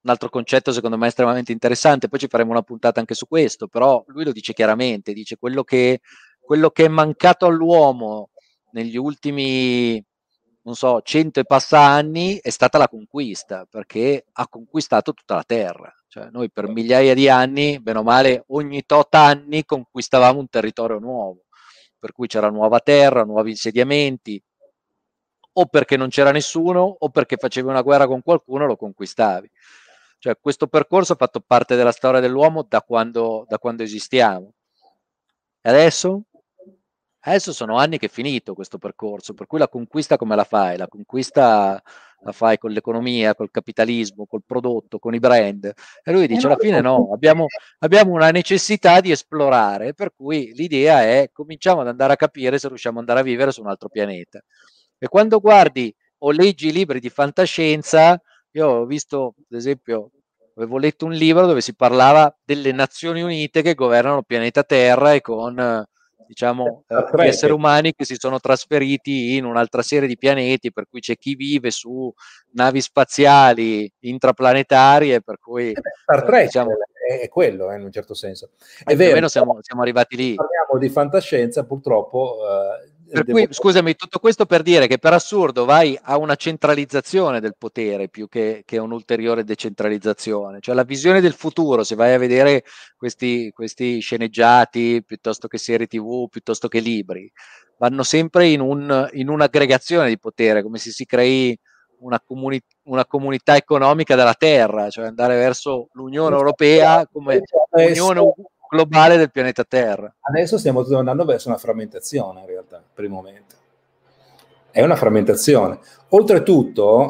altro concetto secondo me estremamente interessante, poi ci faremo una puntata anche su questo, però lui lo dice chiaramente, dice quello che è mancato all'uomo negli ultimi, non so, 100 e passa anni è stata la conquista, perché ha conquistato tutta la terra. Cioè noi per migliaia di anni, bene o male, ogni tot anni conquistavamo un territorio nuovo, per cui c'era nuova terra, nuovi insediamenti, o perché non c'era nessuno o perché facevi una guerra con qualcuno e lo conquistavi. Cioè questo percorso ha fatto parte della storia dell'uomo da quando esistiamo. E adesso? Adesso sono anni che è finito questo percorso, per cui la conquista come la fai? La conquista la fai con l'economia, col capitalismo, col prodotto, con i brand. E lui dice alla fine no, abbiamo una necessità di esplorare, per cui l'idea è cominciamo ad andare a capire se riusciamo ad andare a vivere su un altro pianeta. E quando guardi o leggi libri di fantascienza, io ho visto, ad esempio, avevo letto un libro dove si parlava delle Nazioni Unite che governano il pianeta Terra e con diciamo gli esseri umani che si sono trasferiti in un'altra serie di pianeti, per cui c'è chi vive su navi spaziali intraplanetarie, per cui Star Trek diciamo è quello, in un certo senso. È più o vero, meno siamo arrivati lì. parliamo di fantascienza, purtroppo Per cui, scusami, tutto questo per dire che per assurdo vai a una centralizzazione del potere più che un'ulteriore decentralizzazione. Cioè la visione del futuro, se vai a vedere questi sceneggiati, piuttosto che serie TV, piuttosto che libri, vanno sempre in un'aggregazione di potere, come se si crei una comunità economica della Terra, cioè andare verso l'Unione Europea come unione globale del pianeta Terra. Adesso stiamo andando verso una frammentazione, in realtà, per il momento. È una frammentazione. Oltretutto,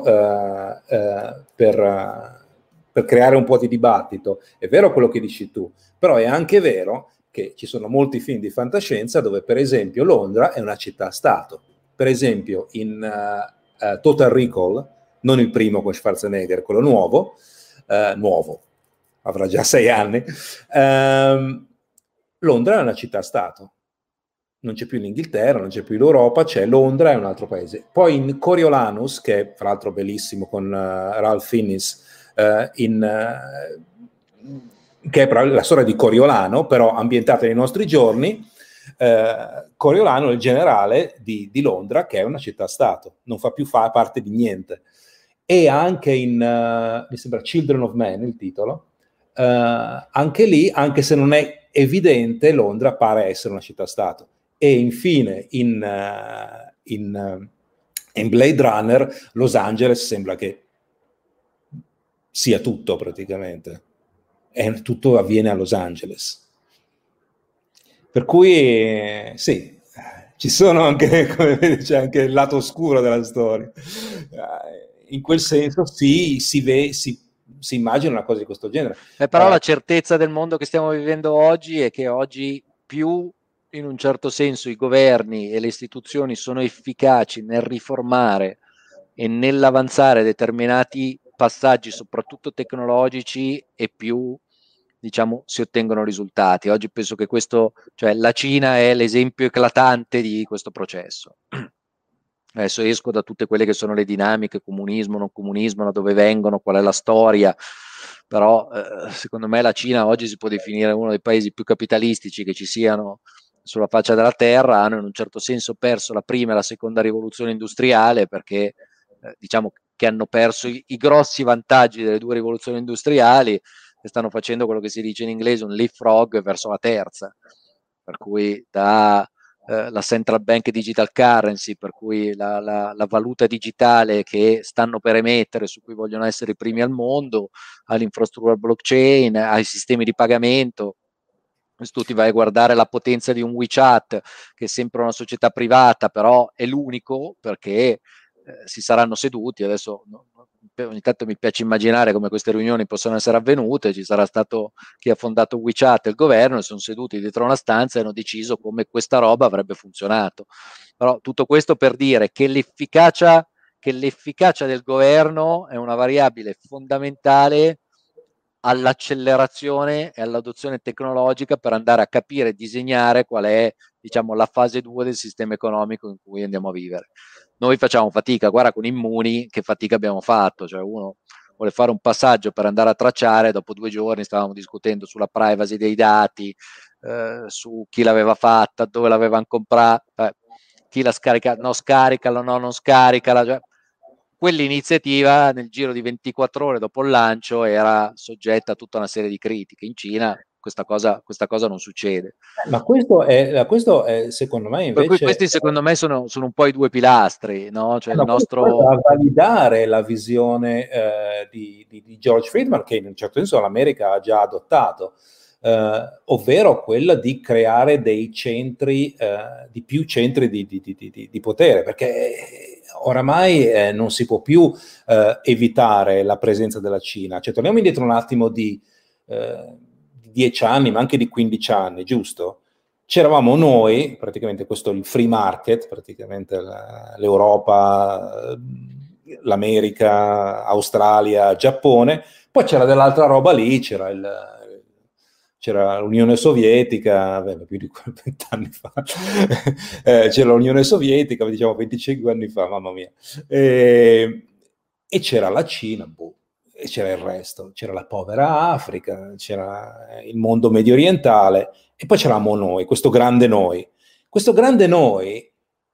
per creare un po' di dibattito, è vero quello che dici tu, però è anche vero che ci sono molti film di fantascienza dove, per esempio, Londra è una città-stato. Per esempio, in Total Recall, non il primo con Schwarzenegger, quello nuovo, avrà già 6 anni, Londra è una città-stato. Non c'è più l'Inghilterra, non c'è più l'Europa, c'è Londra e un altro paese. Poi in Coriolanus, che è fra l'altro bellissimo, con Ralph Fiennes, che è la storia di Coriolano, però ambientata nei nostri giorni. Coriolano è il generale di Londra, che è una città-stato, non fa più parte di niente. E anche in, mi sembra Children of Men, il titolo, anche lì, anche se non è evidente, Londra pare essere una città-stato. E infine in Blade Runner Los Angeles sembra che sia tutto praticamente, e tutto avviene a Los Angeles. Per cui sì, ci sono anche, come vedi, c'è anche il lato oscuro della storia. In quel senso sì, si immagina una cosa di questo genere. Però la certezza del mondo che stiamo vivendo oggi è che oggi più in un certo senso i governi e le istituzioni sono efficaci nel riformare e nell'avanzare determinati passaggi, soprattutto tecnologici, e più diciamo si ottengono risultati. Oggi penso che questo, cioè la Cina è l'esempio eclatante di questo processo. Adesso esco da tutte quelle che sono le dinamiche, comunismo, non comunismo, da dove vengono, qual è la storia, però secondo me la Cina oggi si può definire uno dei paesi più capitalistici che ci siano sulla faccia della terra. Hanno in un certo senso perso la prima e la seconda rivoluzione industriale perché diciamo che hanno perso i grossi vantaggi delle due rivoluzioni industriali e stanno facendo quello che si dice in inglese un leapfrog verso la terza, per cui da la central bank digital currency, per cui la valuta digitale che stanno per emettere, su cui vogliono essere i primi al mondo, all'infrastruttura blockchain, ai sistemi di pagamento. Se tu ti vai a guardare la potenza di un WeChat, che è sempre una società privata, però è l'unico perché si saranno seduti, adesso ogni tanto mi piace immaginare come queste riunioni possono essere avvenute, ci sarà stato chi ha fondato WeChat e il governo, e sono seduti dietro una stanza e hanno deciso come questa roba avrebbe funzionato. Però tutto questo per dire che l'efficacia del governo è una variabile fondamentale all'accelerazione e all'adozione tecnologica per andare a capire e disegnare qual è, diciamo, la fase 2 del sistema economico in cui andiamo a vivere. Noi facciamo fatica, guarda con Immuni che fatica abbiamo fatto, cioè uno vuole fare un passaggio per andare a tracciare, dopo 2 giorni stavamo discutendo sulla privacy dei dati, su chi l'aveva fatta, dove l'avevano comprata, chi la scarica, no scaricala, no non scaricala, cioè, quell'iniziativa nel giro di 24 ore dopo il lancio era soggetta a tutta una serie di critiche. In Cina questa cosa non succede. Ma questo è secondo me Per cui invece questi secondo me sono un po' i due pilastri, no? Cioè il nostro... a validare la visione di George Friedman, che in un certo senso l'America ha già adottato, ovvero quella di creare dei centri, di più centri di potere, perché oramai non si può più evitare la presenza della Cina. Cioè, torniamo indietro un attimo di 10 anni, ma anche di 15 anni, giusto? C'eravamo noi, praticamente questo è il free market, praticamente l'Europa, l'America, Australia, Giappone, poi c'era dell'altra roba lì, c'era l'Unione Sovietica, più di 20 anni fa, c'era l'Unione Sovietica, diciamo 25 anni fa, mamma mia, e c'era la Cina, e c'era il resto, c'era la povera Africa, c'era il mondo medio orientale, e poi c'eravamo noi, questo grande noi. Questo grande noi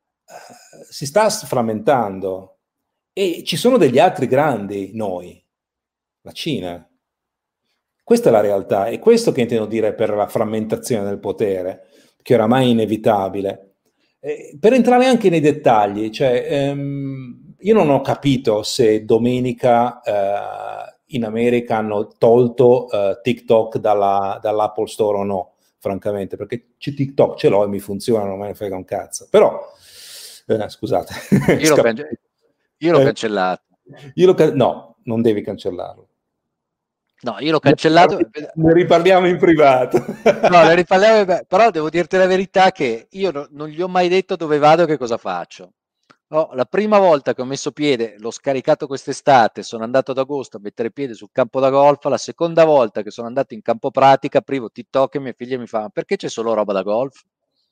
si sta frammentando e ci sono degli altri grandi noi, la Cina. Questa è la realtà, è questo che intendo dire per la frammentazione del potere, che oramai è inevitabile. Per entrare anche nei dettagli, cioè, io non ho capito se domenica in America hanno tolto TikTok dall'Apple Store o no, francamente, perché TikTok ce l'ho e mi funziona, non me ne frega un cazzo. Però, scusate. Io l'ho cancellato. No, non devi cancellarlo. No, io l'ho cancellato. Ne riparliamo in privato. No, ne riparliamo, però devo dirti la verità che io non gli ho mai detto dove vado e che cosa faccio. No, la prima volta che ho messo piede, l'ho scaricato quest'estate, sono andato ad agosto a mettere piede sul campo da golf, la seconda volta che sono andato in campo pratica, aprivo TikTok e mia figlia mi fa: ma perché c'è solo roba da golf?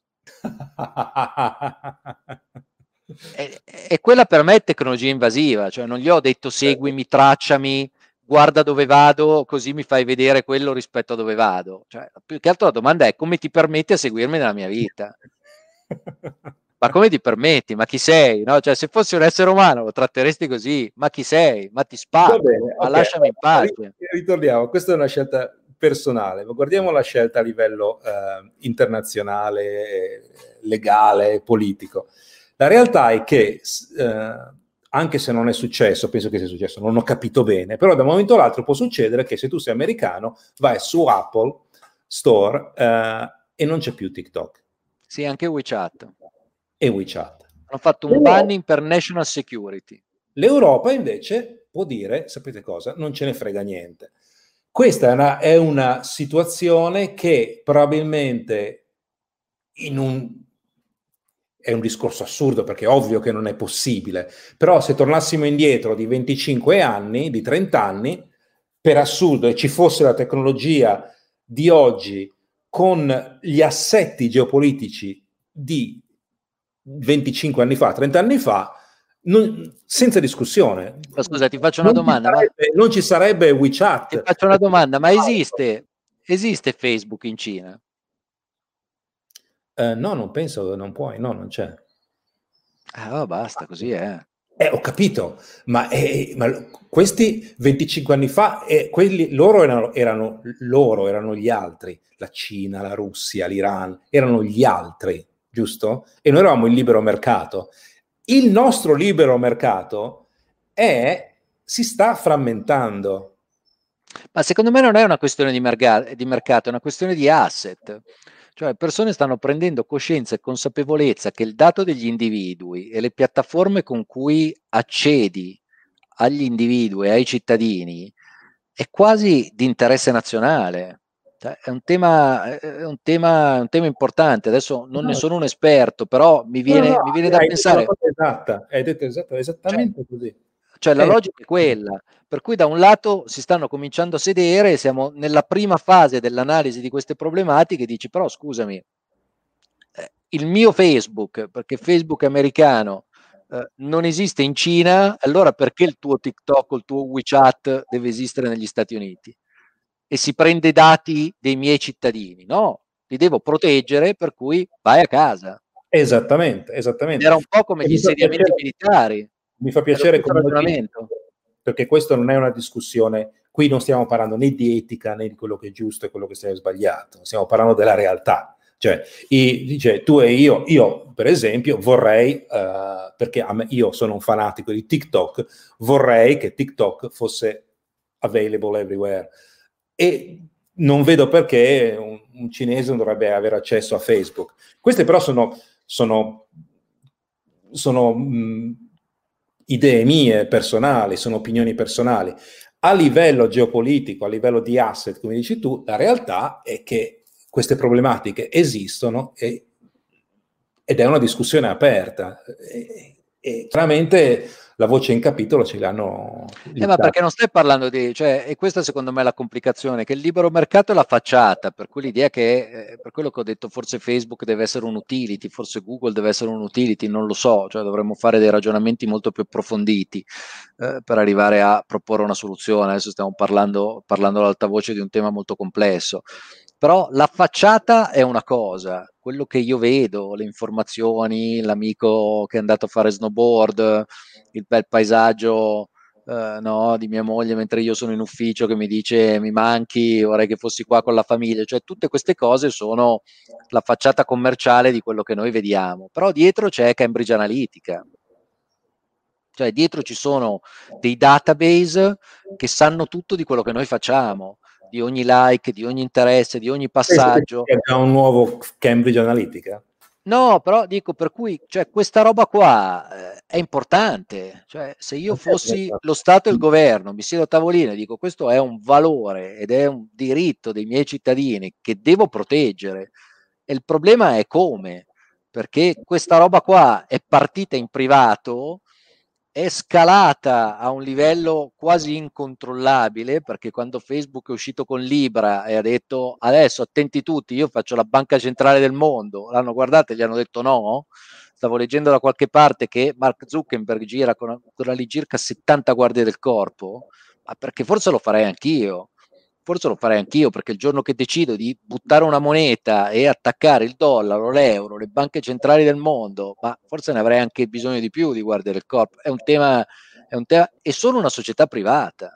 E quella per me è tecnologia invasiva, cioè non gli ho detto seguimi, tracciami, guarda dove vado, così mi fai vedere quello rispetto a dove vado. Cioè, più che altro la domanda è: come ti permetti a seguirmi nella mia vita? Ma come ti permetti? Ma chi sei? No? Cioè, se fossi un essere umano lo tratteresti così. Ma chi sei? Ma ti spacco, bene, ma okay. lasciami in pace. Ritorniamo, questa è una scelta personale, ma guardiamo la scelta a livello internazionale, legale, politico. La realtà è che, anche se non è successo, penso che sia successo, non ho capito bene, però da un momento all'altro può succedere che se tu sei americano vai su Apple Store e non c'è più TikTok. Sì, anche WeChat. E WeChat. Hanno fatto un banning per national security. L'Europa invece può dire, sapete cosa, non ce ne frega niente. Questa è una situazione che probabilmente è un discorso assurdo, perché è ovvio che non è possibile, però se tornassimo indietro di 25 anni, di 30 anni, per assurdo, e ci fosse la tecnologia di oggi con gli assetti geopolitici di 25 anni fa, 30 anni fa, senza discussione. Ma scusa, ti faccio una domanda. Non ci sarebbe WeChat. Ti faccio una domanda, ma esiste Facebook in Cina? No, non penso, non puoi, no, non c'è. Ah, basta, così è. Ho capito, ma questi 25 anni fa, loro erano gli altri, la Cina, la Russia, l'Iran, erano gli altri, giusto? E noi eravamo il libero mercato. Il nostro libero mercato si sta frammentando. Ma secondo me non è una questione di mercato, è una questione di asset. Cioè, persone stanno prendendo coscienza e consapevolezza che il dato degli individui e le piattaforme con cui accedi agli individui e ai cittadini è quasi di interesse nazionale. Cioè, è un tema importante. Adesso non ne sono un esperto, però mi viene da pensare. Hai detto esattamente così. Cioè la logica è quella, per cui da un lato si stanno cominciando a sedere, siamo nella prima fase dell'analisi di queste problematiche, dici però scusami, il mio Facebook, perché Facebook è americano, non esiste in Cina, allora perché il tuo TikTok o il tuo WeChat deve esistere negli Stati Uniti? E si prende dati dei miei cittadini? No, li devo proteggere, per cui vai a casa. Esattamente. Era un po' come E gli insediamenti militari. mi fa È lo piacere stesso come lo dici, ragionamento. perché questo non è una discussione, qui non stiamo parlando né di etica né di quello che è giusto e quello che è sbagliato, stiamo parlando della realtà. Cioè, dice, tu e io per esempio vorrei, perché io sono un fanatico di TikTok, vorrei che TikTok fosse available everywhere e non vedo perché un cinese non dovrebbe avere accesso a Facebook. Queste però sono idee mie personali, sono opinioni personali. A livello geopolitico, a livello di asset, come dici tu, la realtà è che queste problematiche esistono ed è una discussione aperta. E chiaramente la voce in capitolo ce l'hanno. Ma perché non stai parlando di, cioè, e questa secondo me è la complicazione, che il libero mercato è la facciata, per cui l'idea che, per quello che ho detto, forse Facebook deve essere un utility, forse Google deve essere un utility, non lo so, cioè dovremmo fare dei ragionamenti molto più approfonditi per arrivare a proporre una soluzione. Adesso stiamo parlando ad alta voce di un tema molto complesso. Però la facciata è una cosa, quello che io vedo, le informazioni, l'amico che è andato a fare snowboard, il bel paesaggio no, di mia moglie mentre io sono in ufficio che mi dice mi manchi, vorrei che fossi qua con la famiglia, cioè tutte queste cose sono la facciata commerciale di quello che noi vediamo, però dietro c'è Cambridge Analytica, cioè dietro ci sono dei database che sanno tutto di quello che noi facciamo, di ogni like, di ogni interesse, di ogni passaggio. È un nuovo Cambridge Analytica? No, però dico, per cui cioè, questa roba qua è importante. Cioè, se io fossi lo Stato e il governo, mi siedo a tavolino e dico questo è un valore ed è un diritto dei miei cittadini che devo proteggere. E il problema è come, perché questa roba qua è partita in privato, è scalata a un livello quasi incontrollabile, perché quando Facebook è uscito con Libra e ha detto adesso attenti tutti, io faccio la banca centrale del mondo, l'hanno guardata e gli hanno detto no. Stavo leggendo da qualche parte che Mark Zuckerberg gira con all'incirca 70 guardie del corpo, ma perché forse lo farei anch'io. Forse lo farei anch'io, perché il giorno che decido di buttare una moneta e attaccare il dollaro, l'euro, le banche centrali del mondo, ma forse ne avrei anche bisogno di più di guardie del corpo. È un tema, e sono una società privata.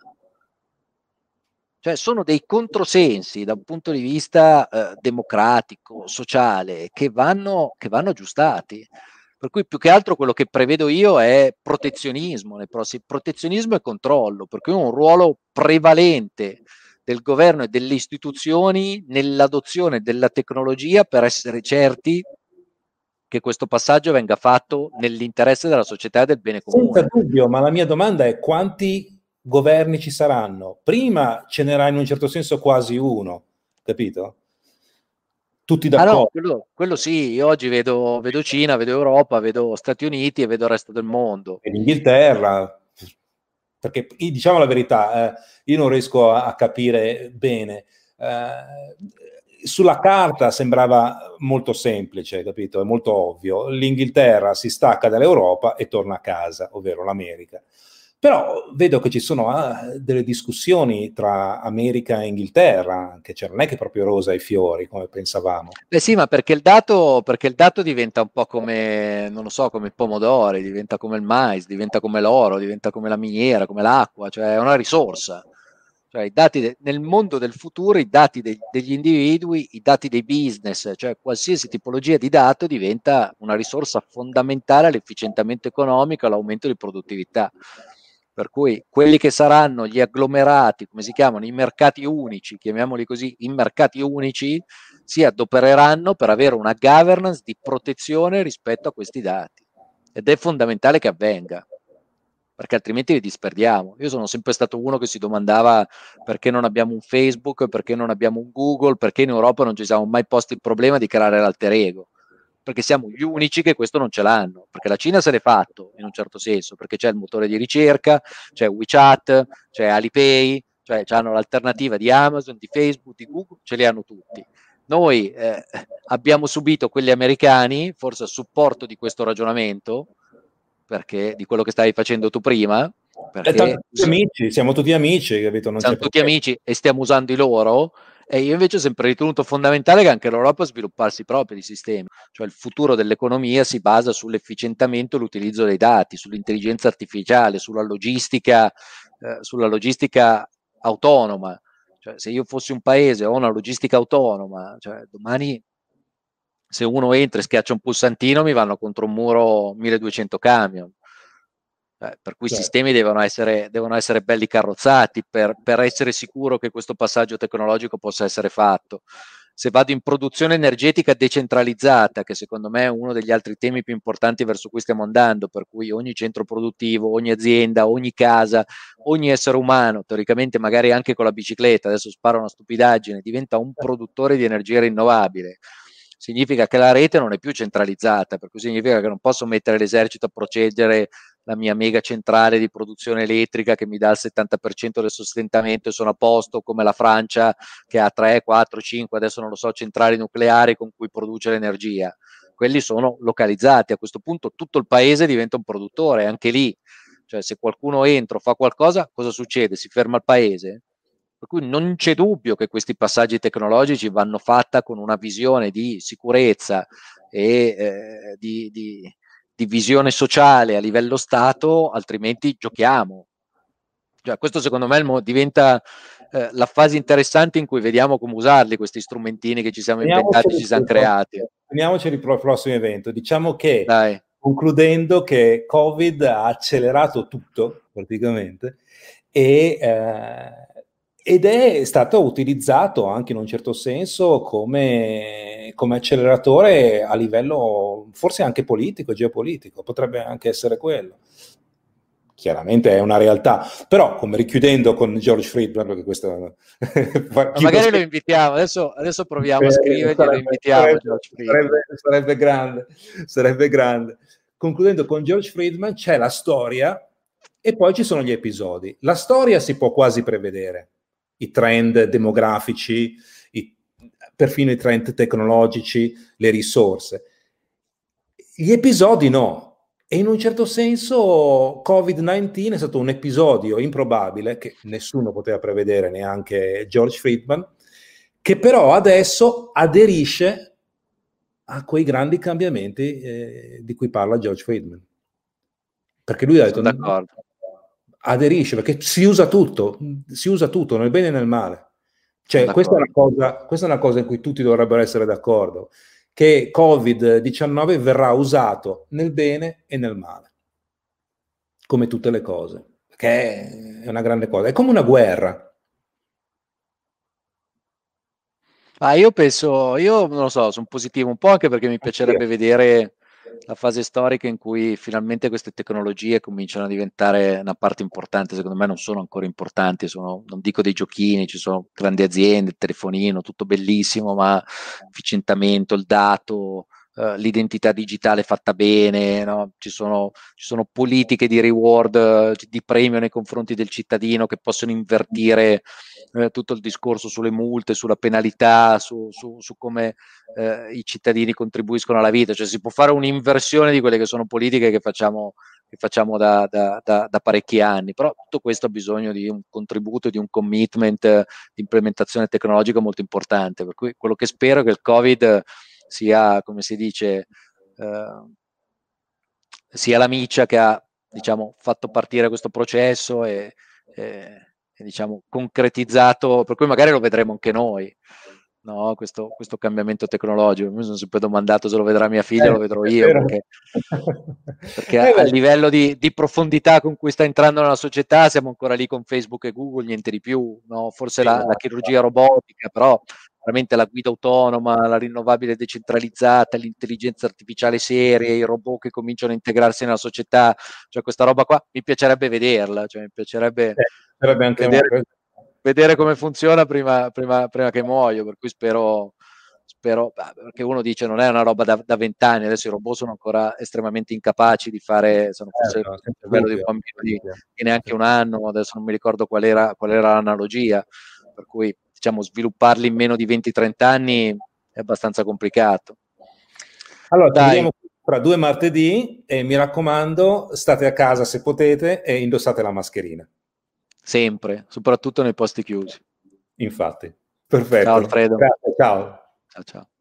Cioè sono dei controsensi da un punto di vista democratico, sociale, che vanno aggiustati. Per cui più che altro quello che prevedo io è protezionismo nei prossimi, protezionismo e controllo, per cui un ruolo prevalente del governo e delle istituzioni nell'adozione della tecnologia per essere certi che questo passaggio venga fatto nell'interesse della società e del bene Senza comune. dubbio, ma la mia domanda è quanti governi ci saranno? Prima ce n'era in un certo senso quasi uno, capito? Tutti Ah no, d'accordo. quello sì, io oggi vedo Cina, vedo Europa, vedo Stati Uniti e vedo il resto del mondo. E l'Inghilterra, perché diciamo la verità, io non riesco a capire bene. Sulla carta sembrava molto semplice, capito? È molto ovvio. L'Inghilterra si stacca dall'Europa e torna a casa, ovvero l'America. Però vedo che ci sono delle discussioni tra America e Inghilterra, che cioè, non è che proprio rosa ai fiori, come pensavamo. Beh sì, ma perché il dato diventa un po' come, non lo so, come i pomodori, diventa come il mais, diventa come l'oro, diventa come la miniera, come l'acqua, cioè è una risorsa. Cioè, nel mondo del futuro, i dati degli individui, i dati dei business, cioè qualsiasi tipologia di dato diventa una risorsa fondamentale all'efficientamento economico, all'aumento di produttività. Per cui quelli che saranno gli agglomerati, come si chiamano, i mercati unici, chiamiamoli così, i mercati unici, si adopereranno per avere una governance di protezione rispetto a questi dati. Ed è fondamentale che avvenga, perché altrimenti li disperdiamo. Io sono sempre stato uno che si domandava perché non abbiamo un Facebook, perché non abbiamo un Google, perché in Europa non ci siamo mai posti il problema di creare l'alter ego. Perché siamo gli unici che questo non ce l'hanno, perché la Cina se l'è fatto in un certo senso, perché c'è il motore di ricerca, c'è WeChat, c'è Alipay, cioè hanno l'alternativa di Amazon, di Facebook, di Google, ce li hanno tutti. Noi abbiamo subito quelli americani, forse a supporto di questo ragionamento, perché di quello che stavi facendo tu prima, perché siamo tutti amici, capito? Non siamo c'è tutti amici e stiamo usando i loro. E io invece ho sempre ritenuto fondamentale che anche l'Europa sviluppasse i propri sistemi, cioè il futuro dell'economia si basa sull'efficientamento e l'utilizzo dei dati, sull'intelligenza artificiale, sulla logistica autonoma. Cioè, se io fossi un paese ho una logistica autonoma, cioè, domani se uno entra e schiaccia un pulsantino mi vanno contro un muro 1200 camion. Per cui i sistemi devono essere belli carrozzati per essere sicuro che questo passaggio tecnologico possa essere fatto. Se vado in produzione energetica decentralizzata, che secondo me è uno degli altri temi più importanti verso cui stiamo andando, per cui ogni centro produttivo, ogni azienda, ogni casa, ogni essere umano, teoricamente magari anche con la bicicletta, adesso sparo una stupidaggine, diventa un produttore di energia rinnovabile. Significa che la rete non è più centralizzata, per cui significa che non posso mettere l'esercito a procedere la mia mega centrale di produzione elettrica che mi dà il 70% del sostentamento e sono a posto, come la Francia che ha 3, 4, 5, adesso non lo so, centrali nucleari con cui produce l'energia. Quelli sono localizzati, a questo punto tutto il paese diventa un produttore, anche lì, cioè se qualcuno entra o fa qualcosa, cosa succede? Si ferma il paese? Per cui non c'è dubbio che questi passaggi tecnologici vanno fatti con una visione di sicurezza e di visione sociale a livello Stato, altrimenti giochiamo. Cioè, questo secondo me diventa la fase interessante in cui vediamo come usarli questi strumentini che ci siamo inventati, ci siamo creati. Teniamoceli per il prossimo evento. Diciamo che, concludendo, che Covid ha accelerato tutto, praticamente, ed è stato utilizzato anche in un certo senso come acceleratore a livello forse anche politico, geopolitico, potrebbe anche essere quello. Chiaramente è una realtà, però come richiudendo con George Friedman, perché questo magari lo invitiamo, adesso proviamo a scrivergli e lo invitiamo. Sarebbe grande. Concludendo con George Friedman, c'è la storia e poi ci sono gli episodi. La storia si può quasi prevedere, i trend demografici, perfino i trend tecnologici, le risorse. Gli episodi no. E in un certo senso Covid-19 è stato un episodio improbabile che nessuno poteva prevedere, neanche George Friedman, che però adesso aderisce a quei grandi cambiamenti di cui parla George Friedman. Perché lui ha detto, aderisce, perché si usa tutto nel bene e nel male. Cioè, questa è una cosa in cui tutti dovrebbero essere d'accordo, che Covid-19 verrà usato nel bene e nel male, come tutte le cose, che è una grande cosa, è come una guerra. Io penso, io non lo so, sono positivo un po' anche perché mi piacerebbe vedere la fase storica in cui finalmente queste tecnologie cominciano a diventare una parte importante. Secondo me non sono ancora importanti, non dico dei giochini, ci sono grandi aziende, il telefonino, tutto bellissimo, ma efficientamento, il dato, l'identità digitale fatta bene, no? Ci sono politiche di reward, di premio nei confronti del cittadino che possono invertire tutto il discorso sulle multe, sulla penalità, su come i cittadini contribuiscono alla vita. Cioè si può fare un'inversione di quelle che sono politiche che facciamo da parecchi anni, però tutto questo ha bisogno di un contributo, di un commitment di implementazione tecnologica molto importante, per cui quello che spero è che il Covid sia, come si dice, sia la miccia che ha, diciamo, fatto partire questo processo e diciamo concretizzato, per cui magari lo vedremo anche noi, no? Questo cambiamento tecnologico. Mi sono sempre domandato se lo vedrà mia figlia, lo vedrò io, perché a livello di profondità con cui sta entrando nella società siamo ancora lì con Facebook e Google, niente di più, no? Forse la chirurgia robotica, però veramente la guida autonoma, la rinnovabile decentralizzata, l'intelligenza artificiale seria, i robot che cominciano a integrarsi nella società, cioè questa roba qua mi piacerebbe vederla, cioè mi piacerebbe vedere come funziona prima che muoio, per cui spero, perché uno dice non è una roba da 20 anni, adesso i robot sono ancora estremamente incapaci di fare, sono forse il livello di un bambino di neanche un anno, adesso non mi ricordo qual era l'analogia, per cui diciamo svilupparli in meno di 20-30 anni è abbastanza complicato. Allora, fra 2 martedì e mi raccomando, state a casa se potete e indossate la mascherina. Sempre, soprattutto nei posti chiusi. Infatti. Perfetto. Ciao Alfredo. Grazie, ciao. Ciao ciao.